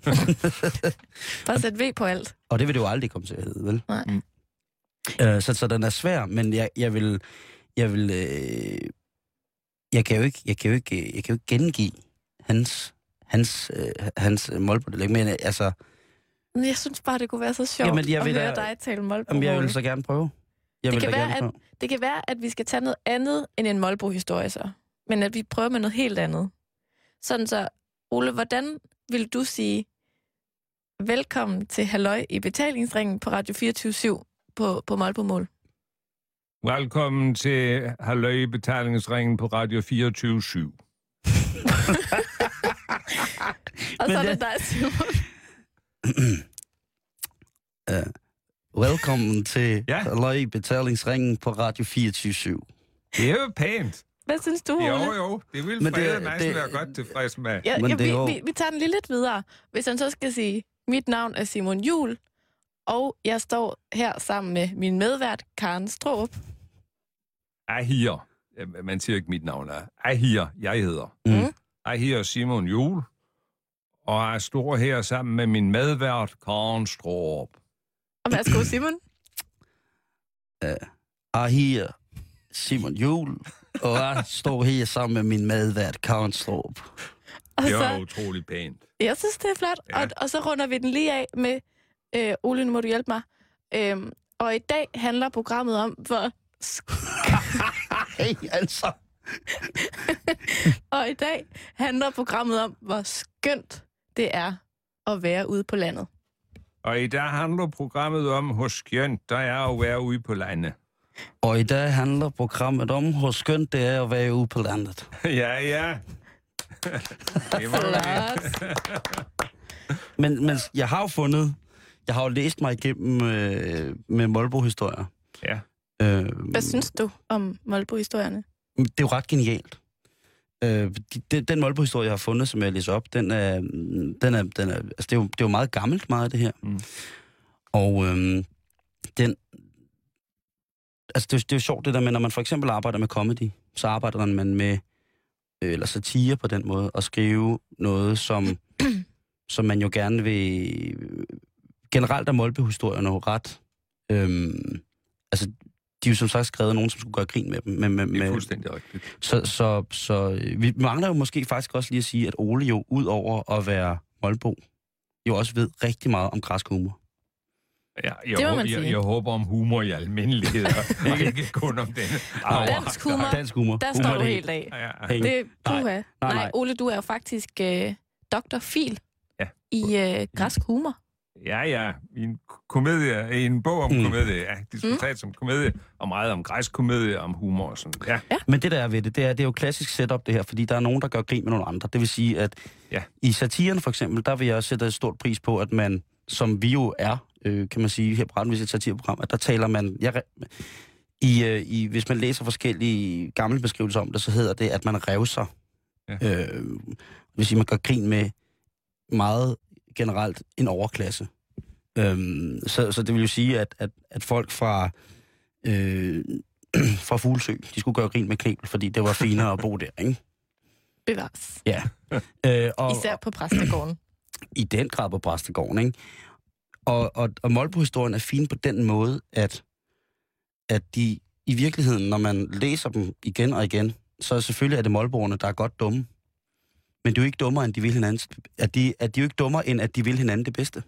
Bare sæt V på alt. Og det vil det jo aldrig komme til at hedde, vel? Nej. Mm. Øh, så, så den er svær, men jeg, jeg vil... Jeg vil... Øh, jeg kan jo ikke... Jeg kan jo ikke, jeg kan jo ikke gengive hans... Hans... Øh, hans Molbo-dialekt, men altså... Jeg synes bare, det kunne være så sjovt jamen, jeg at vil høre da, dig tale Molbo. Jamen, jeg vil så gerne prøve. Jeg det, vil kan da være, gerne at, prøve. det kan være, at vi skal tage noget andet end en Molbo-historie så. Men at vi prøver med noget helt andet. Sådan så, Ole, hvordan vil du sige velkommen til Halløj i betalingsringen på Radio fireogtyve syv på, på Molbo-mål? Velkommen til Halløj i betalingsringen på Radio fireogtyve syv. Og så er det dig, Simon. uh, velkommen til ja. Halløj i betalingsringen på Radio fireogtyve syv. Det er jo pænt. Hvad synes du, Ole? Jo, jo. Det vil Frede Madsen være godt tilfreds med. Ja, Men ja, det vi, jo... vi, vi tager den lige lidt videre. Hvis han så skal sige, mit navn er Simon Juhl, og jeg står her sammen med min medvært, Karen Straarup. Ahir. Man siger ikke, mit navn er. Ahir, jeg hedder. Mm. Ahir Simon Juhl, og jeg står her sammen med min medvært, Karen Straarup. Og værsgo, Simon. Uh, Ahir Simon Juhl, og jeg står her sammen med min medvært, Karen Straarup. Det er utrolig pænt. Jeg synes, det er flot. Ja. Og, og så runder vi den lige af med, øh, Ole, nu må du hjælpe mig. Øhm, og i dag handler programmet om, hvor... Hey, altså. og i dag handler programmet om, hvor skønt det er at være ude på landet. Og i dag handler programmet om, hvor skønt der er at være ude på landet. Og i dag handler programmet om, hvor skønt det er at være ude på landet. ja, ja. Det var men, men jeg har jo fundet, jeg har jo læst mig igennem øh, med Molbo-historier. Ja. Øh, Hvad synes du om Molbo-historierne? Det er jo ret genialt. Øh, de, den Molbo-historie, jeg har fundet, som jeg læser op, den er, den er, den er, altså det er, jo, det er jo meget gammelt, meget af det her. Mm. Og øh, den, altså det, det er jo sjovt det der med, når man for eksempel arbejder med comedy, så arbejder man med, øh, eller satire på den måde, og skrive noget, som, som man jo gerne vil... Generelt er Molbo-historierne jo ret... Øh, altså, de er jo som sagt skrevet nogen, som skulle gøre grin med dem. Med, med, det er med, fuldstændig rigtigt. Så, så, så vi mangler jo måske faktisk også lige at sige, at Ole jo, ud over at være Molbo, jo også ved rigtig meget om græsk humor. Ja, jeg, det jeg, jeg, jeg håber om humor i almindelighed, og ikke kun om den. Dansk humor, Dansk humor. Der humor står du helt af. Ja, ja. Det, puha. Nej, nej, nej, Ole, du er jo faktisk øh, doktor Fil ja. i øh, græsk humor. Ja, ja. I en komedie, i en bog om mm. komedie, ja. Disputat mm. som komedie, og meget om græsk komedie, om humor og sådan. Ja. ja. Men det der er ved det, det er, det er jo klassisk setup det her, fordi der er nogen, der gør grin med nogle andre. Det vil sige, at ja. i satiren for eksempel, der vil jeg sætte et stort pris på, at man, som vi jo er, øh, kan man sige, her på Rettenvis et satireprogram, at der taler man... Ja, i, øh, i, hvis man læser forskellige gamle beskrivelser om det, så hedder det, at man revser. Ja. Øh, Det vil sige, man gør grin med meget generelt en overklasse. Øhm, så, så det vil jo sige, at, at, at folk fra, øh, fra Fuglsø, de skulle gøre grin med Knebel, fordi det var finere at bo der, ikke? Bevares. Ja. Øh, og, Især på præstegården. I den grad på præstegården, ikke? Og, og, og Molbo-historien er fin på den måde, at, at de i virkeligheden, når man læser dem igen og igen, så selvfølgelig er det Molboerne, der er godt dumme. Men de er jo ikke dummere, end de vil hinanden. At de, at de er jo ikke dummere, end at de vil hinanden det bedste.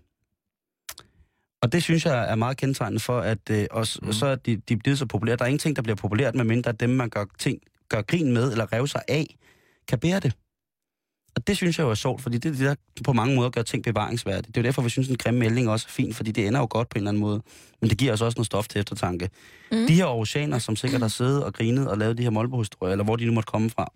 Og det synes jeg er meget kendetegnende for, at øh, også, mm. så er de, de er blevet så populære. Der er ingenting, der bliver populært, medmindre dem, man gør, ting, gør grin med eller rev sig af, kan bære det. Og det synes jeg jo er sjovt, fordi det er det, der på mange måder gør ting bevaringsværdigt. Det er jo derfor, vi synes, en grim melding også er fin, fordi det ender jo godt på en eller anden måde. Men det giver os også noget stof til eftertanke. Mm. De her aarhusianer, som sikkert har siddet og grinet og lavet de her Molbo-historier, eller hvor de nu måtte komme fra,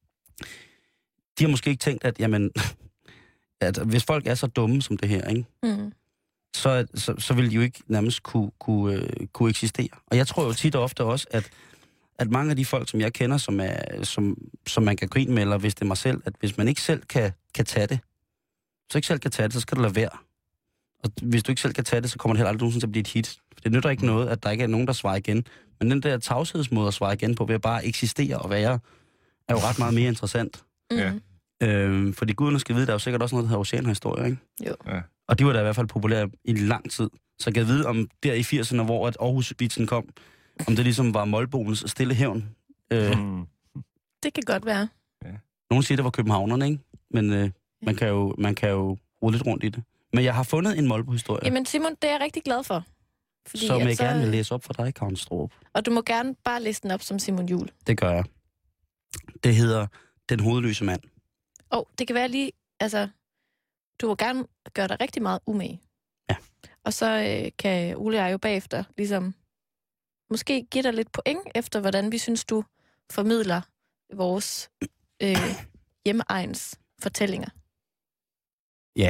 de har måske ikke tænkt, at, jamen, at hvis folk er så dumme som det her, ikke? Mm. Så, så, så vil de jo ikke nærmest kunne, kunne, uh, kunne eksistere. Og jeg tror jo tit og ofte også, at, at mange af de folk, som jeg kender, som, er, som, som man kan grine med, eller hvis det er mig selv, at hvis man ikke selv kan, kan tage det, så ikke selv kan tage det, så skal du lade være. Og hvis du ikke selv kan tage det, så kommer det heller aldrig nogensinde til at blive et hit. For det nytter ikke noget, at der ikke er nogen, der svarer igen. Men den der tavshedsmåde at svare igen på, ved at bare eksistere og være, er jo ret meget mere interessant. Ja. Øhm, fordi guderne skal vide, der er jo sikkert også noget, der hedder oceanhistorie, ikke? Jo. Ja. Og de var da i hvert fald populære i lang tid. Så jeg kan vide, om der i firserne, hvor at Aarhus-bitsen kom, om det ligesom var Molboens stille hævn. Øh, Mm. Det kan godt være. Nogen siger, det var københavnerne, ikke? Men øh, man, kan jo, man kan jo rulle lidt rundt i det. Men jeg har fundet en Molbo-historie, Jamen Simon, det er jeg rigtig glad for. Fordi som jeg at så- gerne vil læse op for dig, Karen Strup. Og du må gerne bare læse den op som Simon Juhl. Det gør jeg. Det hedder Den hovedløse mand. Og oh, det kan være lige, altså, du må gerne gøre dig rigtig meget umage. Ja. Og så øh, kan Ole og jeg jo bagefter ligesom måske give dig lidt point efter, hvordan vi synes, du formidler vores øh, hjemmeegns fortællinger. Ja.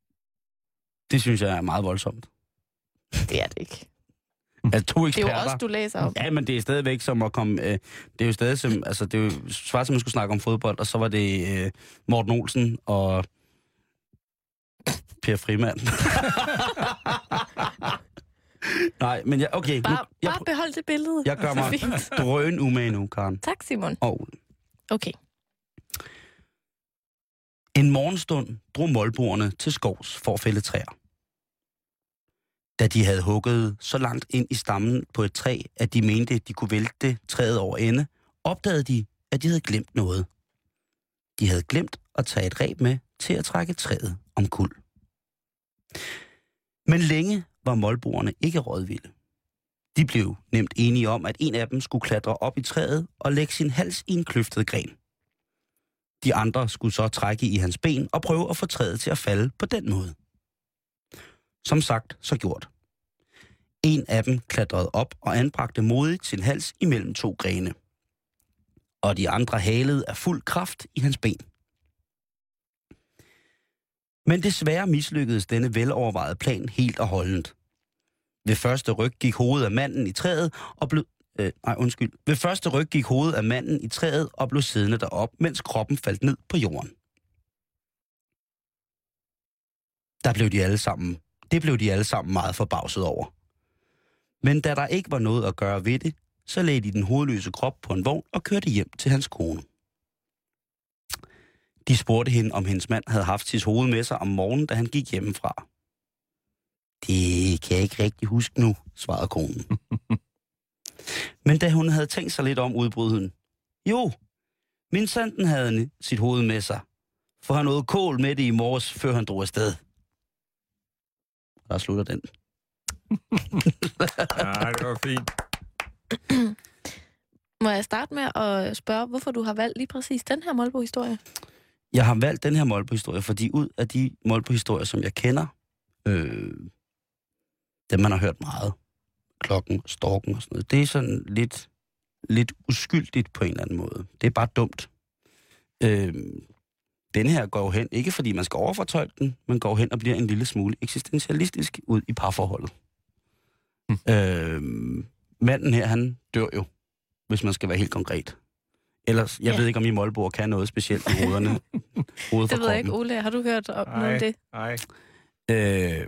Det synes jeg er meget voldsomt. Det er det ikke. Altså to Det er eksperter. jo også, du læser om. Ja, men det er stadigvæk som at komme... Øh, det er jo stadig som... Altså, det er jo svært, som man skulle snakke om fodbold, og så var det øh, Morten Olsen og Per Frimand. Nej, men jeg... Okay, Bare, nu, jeg, bare behold det billede. jeg gør mig Fint. drøn umage nu, Karen. Tak, Simon. Og Ole. Okay. En morgenstund drog molboerne til skovs for at fælde træer. Da de havde hugget så langt ind i stammen på et træ, at de mente, de kunne vælte træet over ende, opdagede de, at de havde glemt noget. De havde glemt at tage et reb med til at trække træet omkuld. Men længe var molboerne ikke rådvilde. De blev nemt enige om, at en af dem skulle klatre op i træet og lægge sin hals i en kløftet gren. De andre skulle så trække i hans ben og prøve at få træet til at falde på den måde. Som sagt, så gjort. En af dem klatrede op og anbragte modigt sin hals imellem to grene. Og de andre halede af fuld kraft i hans ben. Men desværre mislykkedes denne velovervejede plan helt og holdent. Ved første ryg gik hovedet af manden i træet og blev... Øh, nej, undskyld. Ved første ryg gik hovedet af manden i træet og blev siddende derop, mens kroppen faldt ned på jorden. Der blev de alle sammen... Det blev de alle sammen meget forbavset over. Men da der ikke var noget at gøre ved det, så lagde de den hovedløse krop på en vogn og kørte hjem til hans kone. De spurgte hende, om hendes mand havde haft sit hoved med sig om morgenen, da han gik hjemmefra. Det kan jeg ikke rigtig huske nu, svarede konen. Men da hun havde tænkt sig lidt om, udbrød hun. Jo, min sanden havde sit hoved med sig, for han nåede kål med det i morges, før han drog afsted. Der slutter den. Ja, det var fint. Må jeg starte med at spørge, hvorfor du har valgt lige præcis den her Molbo-historie? Jeg har valgt den her Molbo-historie, fordi ud af de Molbo-historier, som jeg kender, øh, dem man har hørt meget, klokken, storken og sådan noget, det er sådan lidt, lidt uskyldigt på en eller anden måde. Det er bare dumt. Øh, den her går hen, ikke fordi man skal overfortolke den, men går hen og bliver en lille smule eksistentialistisk ud i parforholdet. Mm. Øh, manden her, han dør jo, hvis man skal være helt konkret. Ellers, jeg Ja. ved ikke, om I Målbor kan noget specielt i hovederne. Hovedet Det for ved jeg ikke, kroppen. Ole. Har du hørt om noget om det? Nej. Øh,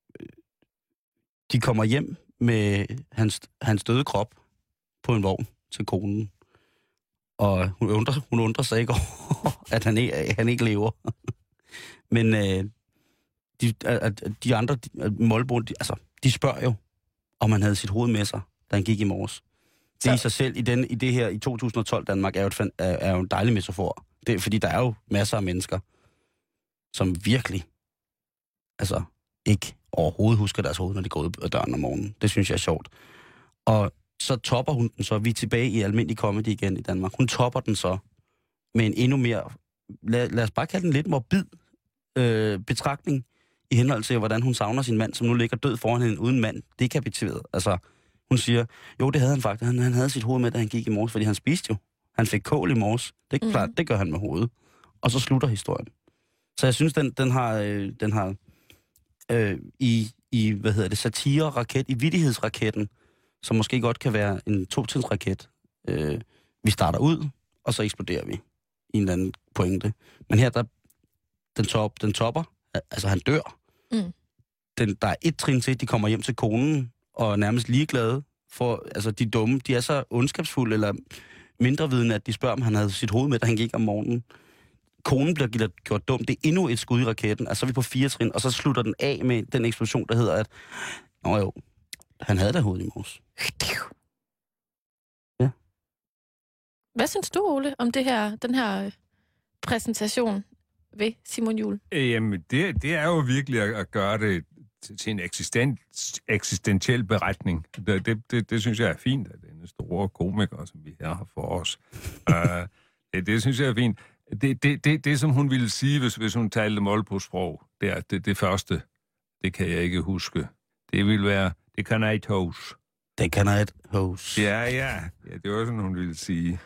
de kommer hjem med hans, hans døde krop på en vogn til konen. Og hun undrer, hun undrer sig ikke over, at han ikke, han ikke lever. Men øh, de, at de andre, Målbor, de, altså, de spørger jo, om han havde sit hoved med sig, da han gik i morges. Det i sig selv, i, den, i det her, i to tusind og tolv Danmark, er jo, et, er, er jo en dejlig metafor. Det, fordi der er jo masser af mennesker, som virkelig, altså, ikke overhovedet husker deres hoved, når de går ud af døren om morgenen. Det synes jeg er sjovt. Og så topper hun den så, vi er tilbage i almindelig comedy igen i Danmark. Hun topper den så med en endnu mere, lad, lad os bare kalde den lidt morbid øh, betragtning, i henhold til, hvordan hun savner sin mand, som nu ligger død foran hende uden mand, dekapiteret. Altså, hun siger, jo, det havde han faktisk. Han, han havde sit hoved med, da han gik i morges, fordi han spiste jo. Han fik kål i morges. Det er klart, mm. det gør han med hovedet. Og så slutter historien. Så jeg synes, den, den har, øh, den har øh, i, i, hvad hedder det, satire-raket, i vittighedsraketten, som måske godt kan være en to-tidsraket. Øh, vi starter ud, og så eksploderer vi i en eller anden pointe. Men her, der, den, top, den topper, altså han dør. Mm. Den, der er et trin til, de kommer hjem til konen, og er nærmest ligeglade for, altså de dumme, de er så ondskabsfulde, eller mindre vidende, at de spørger, om han havde sit hoved med, da han gik om morgenen. Konen bliver gjort dum. Det er endnu et skud i raketten, og så er vi på fire trin, og så slutter den af med den eksplosion, der hedder, at nå jo, han havde da hovedet i morges. Ja. Hvad synes du, Ole, om det her, den her præsentation ved Simon Juhl? Jamen, det, det er jo virkelig at, at gøre det til, til en eksistent, eksistentiel beretning. Det, det, det, det synes jeg er fint, at denne store komiker, som vi her har for os. uh, det, det synes jeg er fint. Det, det, det, det som hun ville sige, hvis, hvis hun talte Målbro-sprog, det er det, det første, det kan jeg ikke huske. Det vil være, det kan jeg ikke hos. Det kan jeg ikke hos. Ja, ja. Ja, det var sådan, hun ville sige.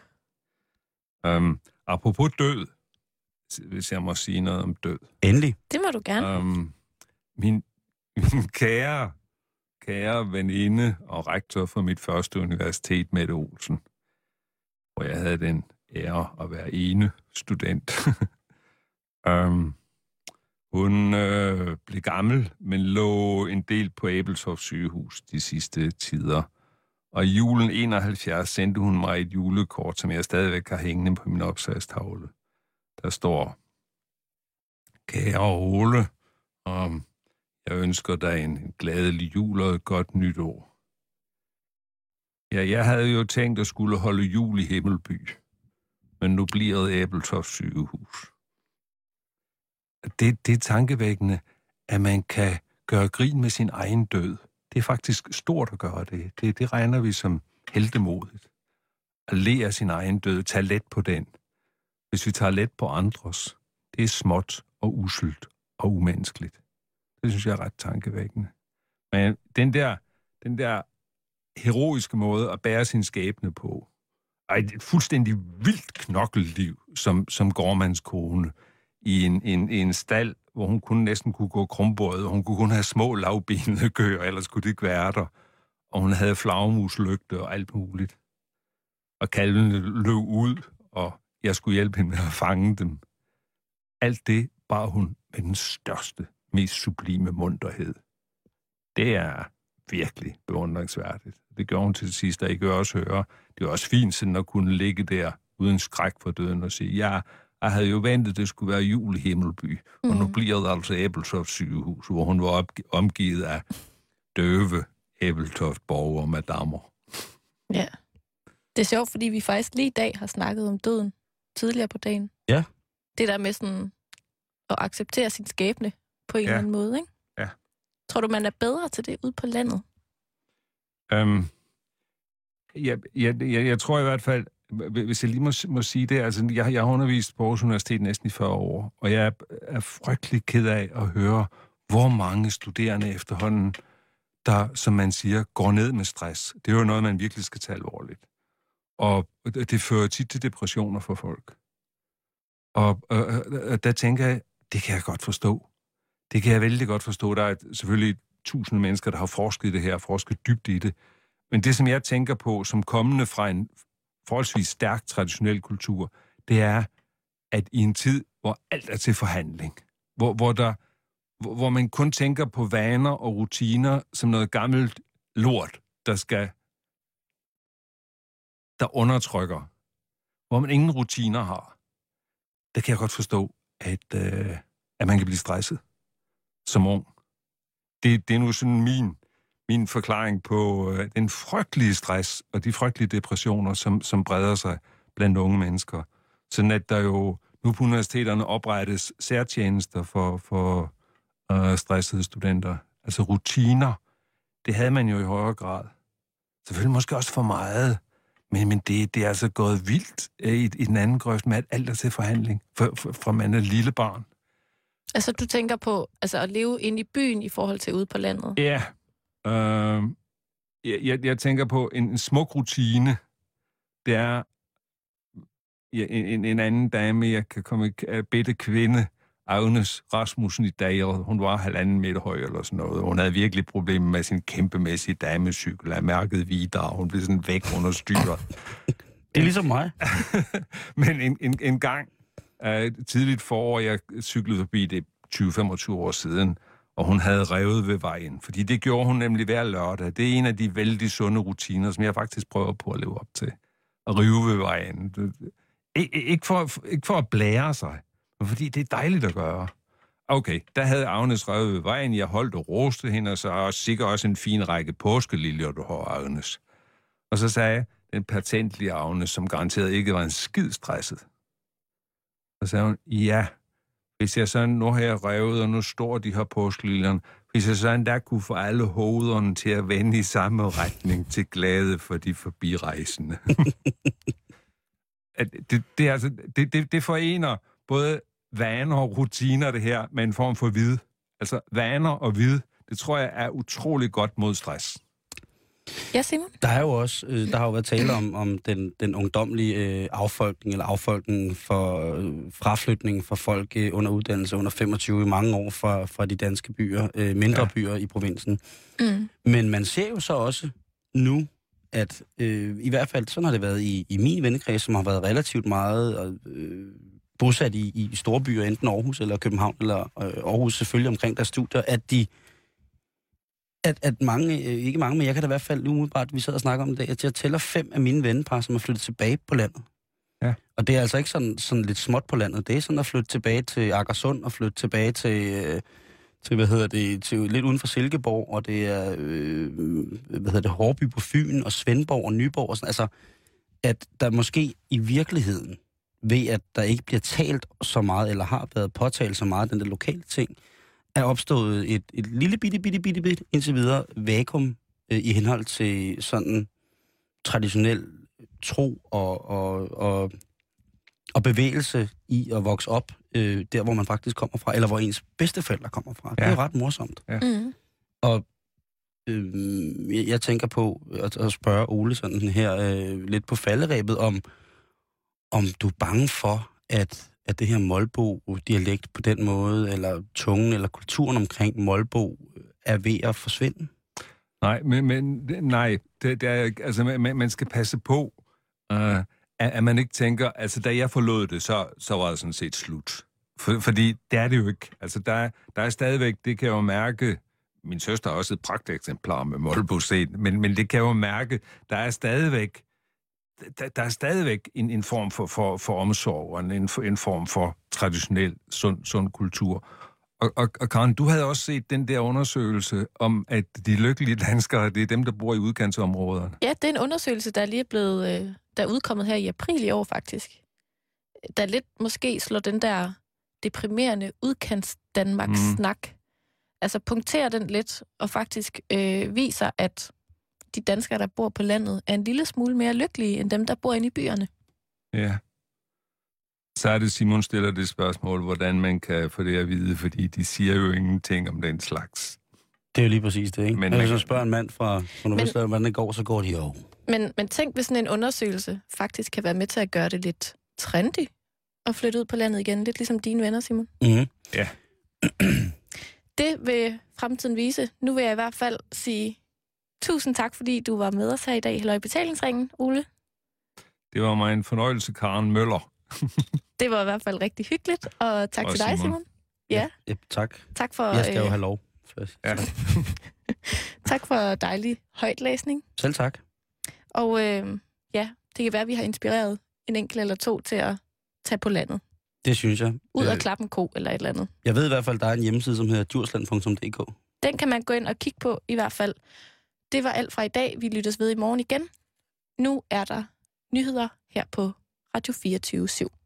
Um, apropos død, hvis jeg må sige noget om død. Endelig. Det må du gerne. Um, min, min kære, kære veninde og rektor for mit første universitet, Mette Olsen, hvor jeg havde den ære at være ene student. um, hun øh, blev gammel, men lå en del på Ebeltoft sygehus de sidste tider. Og i julen enoghalvfjerds sendte hun mig et julekort, som jeg stadigvæk har hængende på min opslagstavle. Der står, kære Ole, um, jeg ønsker dig en glædelig jul og et godt nytår. Ja, jeg havde jo tænkt at skulle holde jul i Himmelby, men nu bliver det Ebeltoft sygehus. Det, det er tankevækkende, at man kan gøre grin med sin egen død. Det er faktisk stort at gøre det. Det, det regner vi som heltemodigt. At le af sin egen død, tage let på den. Hvis vi tager let på andres, det er småt og uselt og umenneskeligt. Det synes jeg er ret tankevækkende. Men den der, den der heroiske måde at bære sin skæbne på, er et fuldstændig vildt knokkelliv, som, som gårdmands kone, i en, en, en stald, hvor hun kun næsten kunne gå krumbøjet, og hun kunne kun have små lavbenede køer, ellers kunne det ikke være der. Og hun havde flagmuslygte og alt muligt. Og kalvene løb ud, og jeg skulle hjælpe hende med at fange dem. Alt det bar hun med den største, mest sublime munterhed. Det er virkelig beundringsværdigt. Det gjorde hun til sidst, og I kan også høre. Det er også fint sådan at kunne ligge der uden skræk for døden og sige, ja, jeg havde jo ventet, det skulle være jul i Himmelby, mm. og nu bliver det altså Ebeltoft sygehus, hvor hun var omgivet af døve Ebeltoft-borgere og madammer. Ja. Det er sjovt, fordi vi faktisk lige i dag har snakket om døden tidligere på dagen. Ja. Det der med sådan at acceptere sin skæbne på en ja. eller anden måde, ikke? Ja. Tror du, man er bedre til det ude på landet? Um, jeg, jeg, jeg, jeg tror i hvert fald, hvis jeg lige må, må sige det, altså jeg, jeg har undervist på Aarhus Universitet næsten i fyrre år, og jeg er, er frygtelig ked af at høre, hvor mange studerende efterhånden, der, som man siger, går ned med stress. Det er jo noget, man virkelig skal tage alvorligt. Og det fører tit til depressioner for folk. Og, og, og der tænker jeg, det kan jeg godt forstå. Det kan jeg vældig godt forstå. Der er selvfølgelig tusind mennesker, der har forsket i det her, forsket dybt i det. Men det, som jeg tænker på, som kommende fra en forholdsvis stærk traditionel kultur, det er, at i en tid, hvor alt er til forhandling, hvor, hvor, der, hvor, hvor man kun tænker på vaner og rutiner som noget gammelt lort, der skal, der undertrykker, hvor man ingen rutiner har, der kan jeg godt forstå, at, øh, at man kan blive stresset som ung. Det, det er nu sådan min, min forklaring på øh, den frygtelige stress og de frygtelige depressioner, som, som breder sig blandt unge mennesker. Sådan at der jo nu på universiteterne oprettes særtjenester for, for øh, stressede studenter. Altså rutiner, det havde man jo i højere grad. Selvfølgelig måske også for meget, men, men det, det er altså gået vildt i, i den anden grøft med, at alt er til forhandling, for, for, fra man er lille barn. Altså, du tænker på altså, at leve inde i byen i forhold til ude på landet? Ja. Øh, jeg, jeg tænker på en, en smuk rutine. Det er ja, en, en anden dame, jeg kan komme i bedte kvinde, Agnes Rasmussen i dag. Hun var halvanden meter høj eller sådan noget. Hun havde virkelig problemer med sin kæmpemæssige damecykel af mærket Vidar. Hun blev sådan væk under styret. Det er ligesom mig. Men en, en, en gang uh, tidligt forår, jeg cyklede forbi det tyve til femogtyve år siden, og hun havde revet ved vejen. Fordi det gjorde hun nemlig hver lørdag. Det er en af de vældig sunde rutiner, som jeg faktisk prøver på at leve op til. At rive ved vejen. Ikke for, ikke for at blære sig, men fordi det er dejligt at gøre. Okay, der havde Agnes revet ved vejen. Jeg holdt og roste hende, og så er sikkert også en fin række påskeliljer, du har, Agnes. Og så sagde jeg, den patentlige Agnes, som garanteret ikke var en skid stresset. Og så sagde hun, ja, hvis jeg sådan, nu har jeg revet, og nu står de her påskeliljerne, hvis jeg sådan der kunne få alle hovederne til at vende i samme retning til glæde for de forbirejsende. det, det, altså, det, det, det forener både vaner og rutiner, det her, med en form for vid. Altså, vaner og vid, det tror jeg er utrolig godt mod stress. Ja, Simon? Der er jo også, øh, der har jo været tale om, om den, den ungdomlige øh, affolkning, eller affolkning for øh, fraflytning for folk øh, under uddannelse under femogtyve i mange år fra, fra de danske byer, øh, mindre ja. byer i provinsen. Mm. Men man ser jo så også nu, at øh, i hvert fald, sådan har det været i, i min vennekreds, som har været relativt meget øh, bosat i, i store byer, enten Aarhus eller København, eller øh, Aarhus selvfølgelig omkring deres studier, at de At, at mange, ikke mange, men jeg kan da i hvert fald umiddelbart, vi sidder og snakker om det, at jeg tæller fem af mine vennepar, som er flyttet tilbage på landet. Ja. Og det er altså ikke sådan, sådan lidt småt på landet. Det er sådan at flytte tilbage til Akersund, og flytte tilbage til, til hvad hedder det, til lidt uden for Silkeborg, og det er, øh, hvad hedder det, Hårby på Fyn, og Svendborg og Nyborg, og sådan. Altså, at der måske i virkeligheden, ved at der ikke bliver talt så meget, eller har været påtalt så meget, den der lokale ting, er opstået et, et lille bitte, bitte, bitte, bitte, indtil videre vakuum øh, i henhold til sådan traditionel tro og, og, og, og bevægelse i at vokse op øh, der, hvor man faktisk kommer fra, eller hvor ens bedsteforældre kommer fra. Ja. Det er jo ret morsomt. Ja. Mm. Og øh, jeg, jeg tænker på at, at spørge Ole sådan her øh, lidt på falderæbet, om, om du er bange for, at at det her Molbo-dialekt på den måde, eller tungen, eller kulturen omkring Molbo, er ved at forsvinde? Nej, men, men nej, det, det er, altså, man, man skal passe på, uh, at, at man ikke tænker, altså da jeg forlod det, så, så var det sådan set slut. For, fordi det er det jo ikke. Altså der, der er stadigvæk, det kan jeg jo mærke, min søster har også et pragteksemplar med Molbo-scenen, men, men det kan jeg jo mærke, der er stadigvæk Der, der er stadigvæk en, en form for, for, for omsorg, og en, en form for traditionel sund, sund kultur. Og, og, og Karen, du havde også set den der undersøgelse om, at de lykkelige danskere, det er dem, der bor i udkantsområderne. Ja, det er en undersøgelse, der er lige blevet, der er udkommet her i april i år, faktisk. Der lidt måske slår den der deprimerende udkants-Danmark-snak. Mm. Altså punkterer den lidt, og faktisk øh, viser, at de danskere, der bor på landet, er en lille smule mere lykkelige, end dem, der bor inde i byerne. Ja. Så er det, Simon stiller det spørgsmål, hvordan man kan få det at vide, fordi de siger jo ingenting om den slags. Det er jo lige præcis det, ikke? Men hvis man spørger en mand fra Nordvestland, hvordan det går, så går de jo. Men, men tænk, hvis sådan en undersøgelse faktisk kan være med til at gøre det lidt trendy at flytte ud på landet igen. Lidt ligesom dine venner, Simon. Mm-hmm. Ja. Det vil fremtiden vise. Nu vil jeg i hvert fald sige tusind tak, fordi du var med os her i dag. Halløj i betalingsringen, Ole. Det var mig en fornøjelse, Karen Møller. Det var i hvert fald rigtig hyggeligt, og tak Og til dig, Simon. Simon. Ja, Ja, tak. tak for, Jeg skal jo øh, have lov. Ja. tak for dejlig højtlæsning. Selv tak. Og øh, ja, det kan være, at vi har inspireret en enkelt eller to til at tage på landet. Det synes jeg. Ud og Øh, klappe en ko eller et eller andet. Jeg ved i hvert fald, der er en hjemmeside, som hedder djursland punktum d k. Den kan man gå ind og kigge på i hvert fald. Det var alt fra i dag. Vi lyttes ved i morgen igen. Nu er der nyheder her på Radio fireogtyve syv.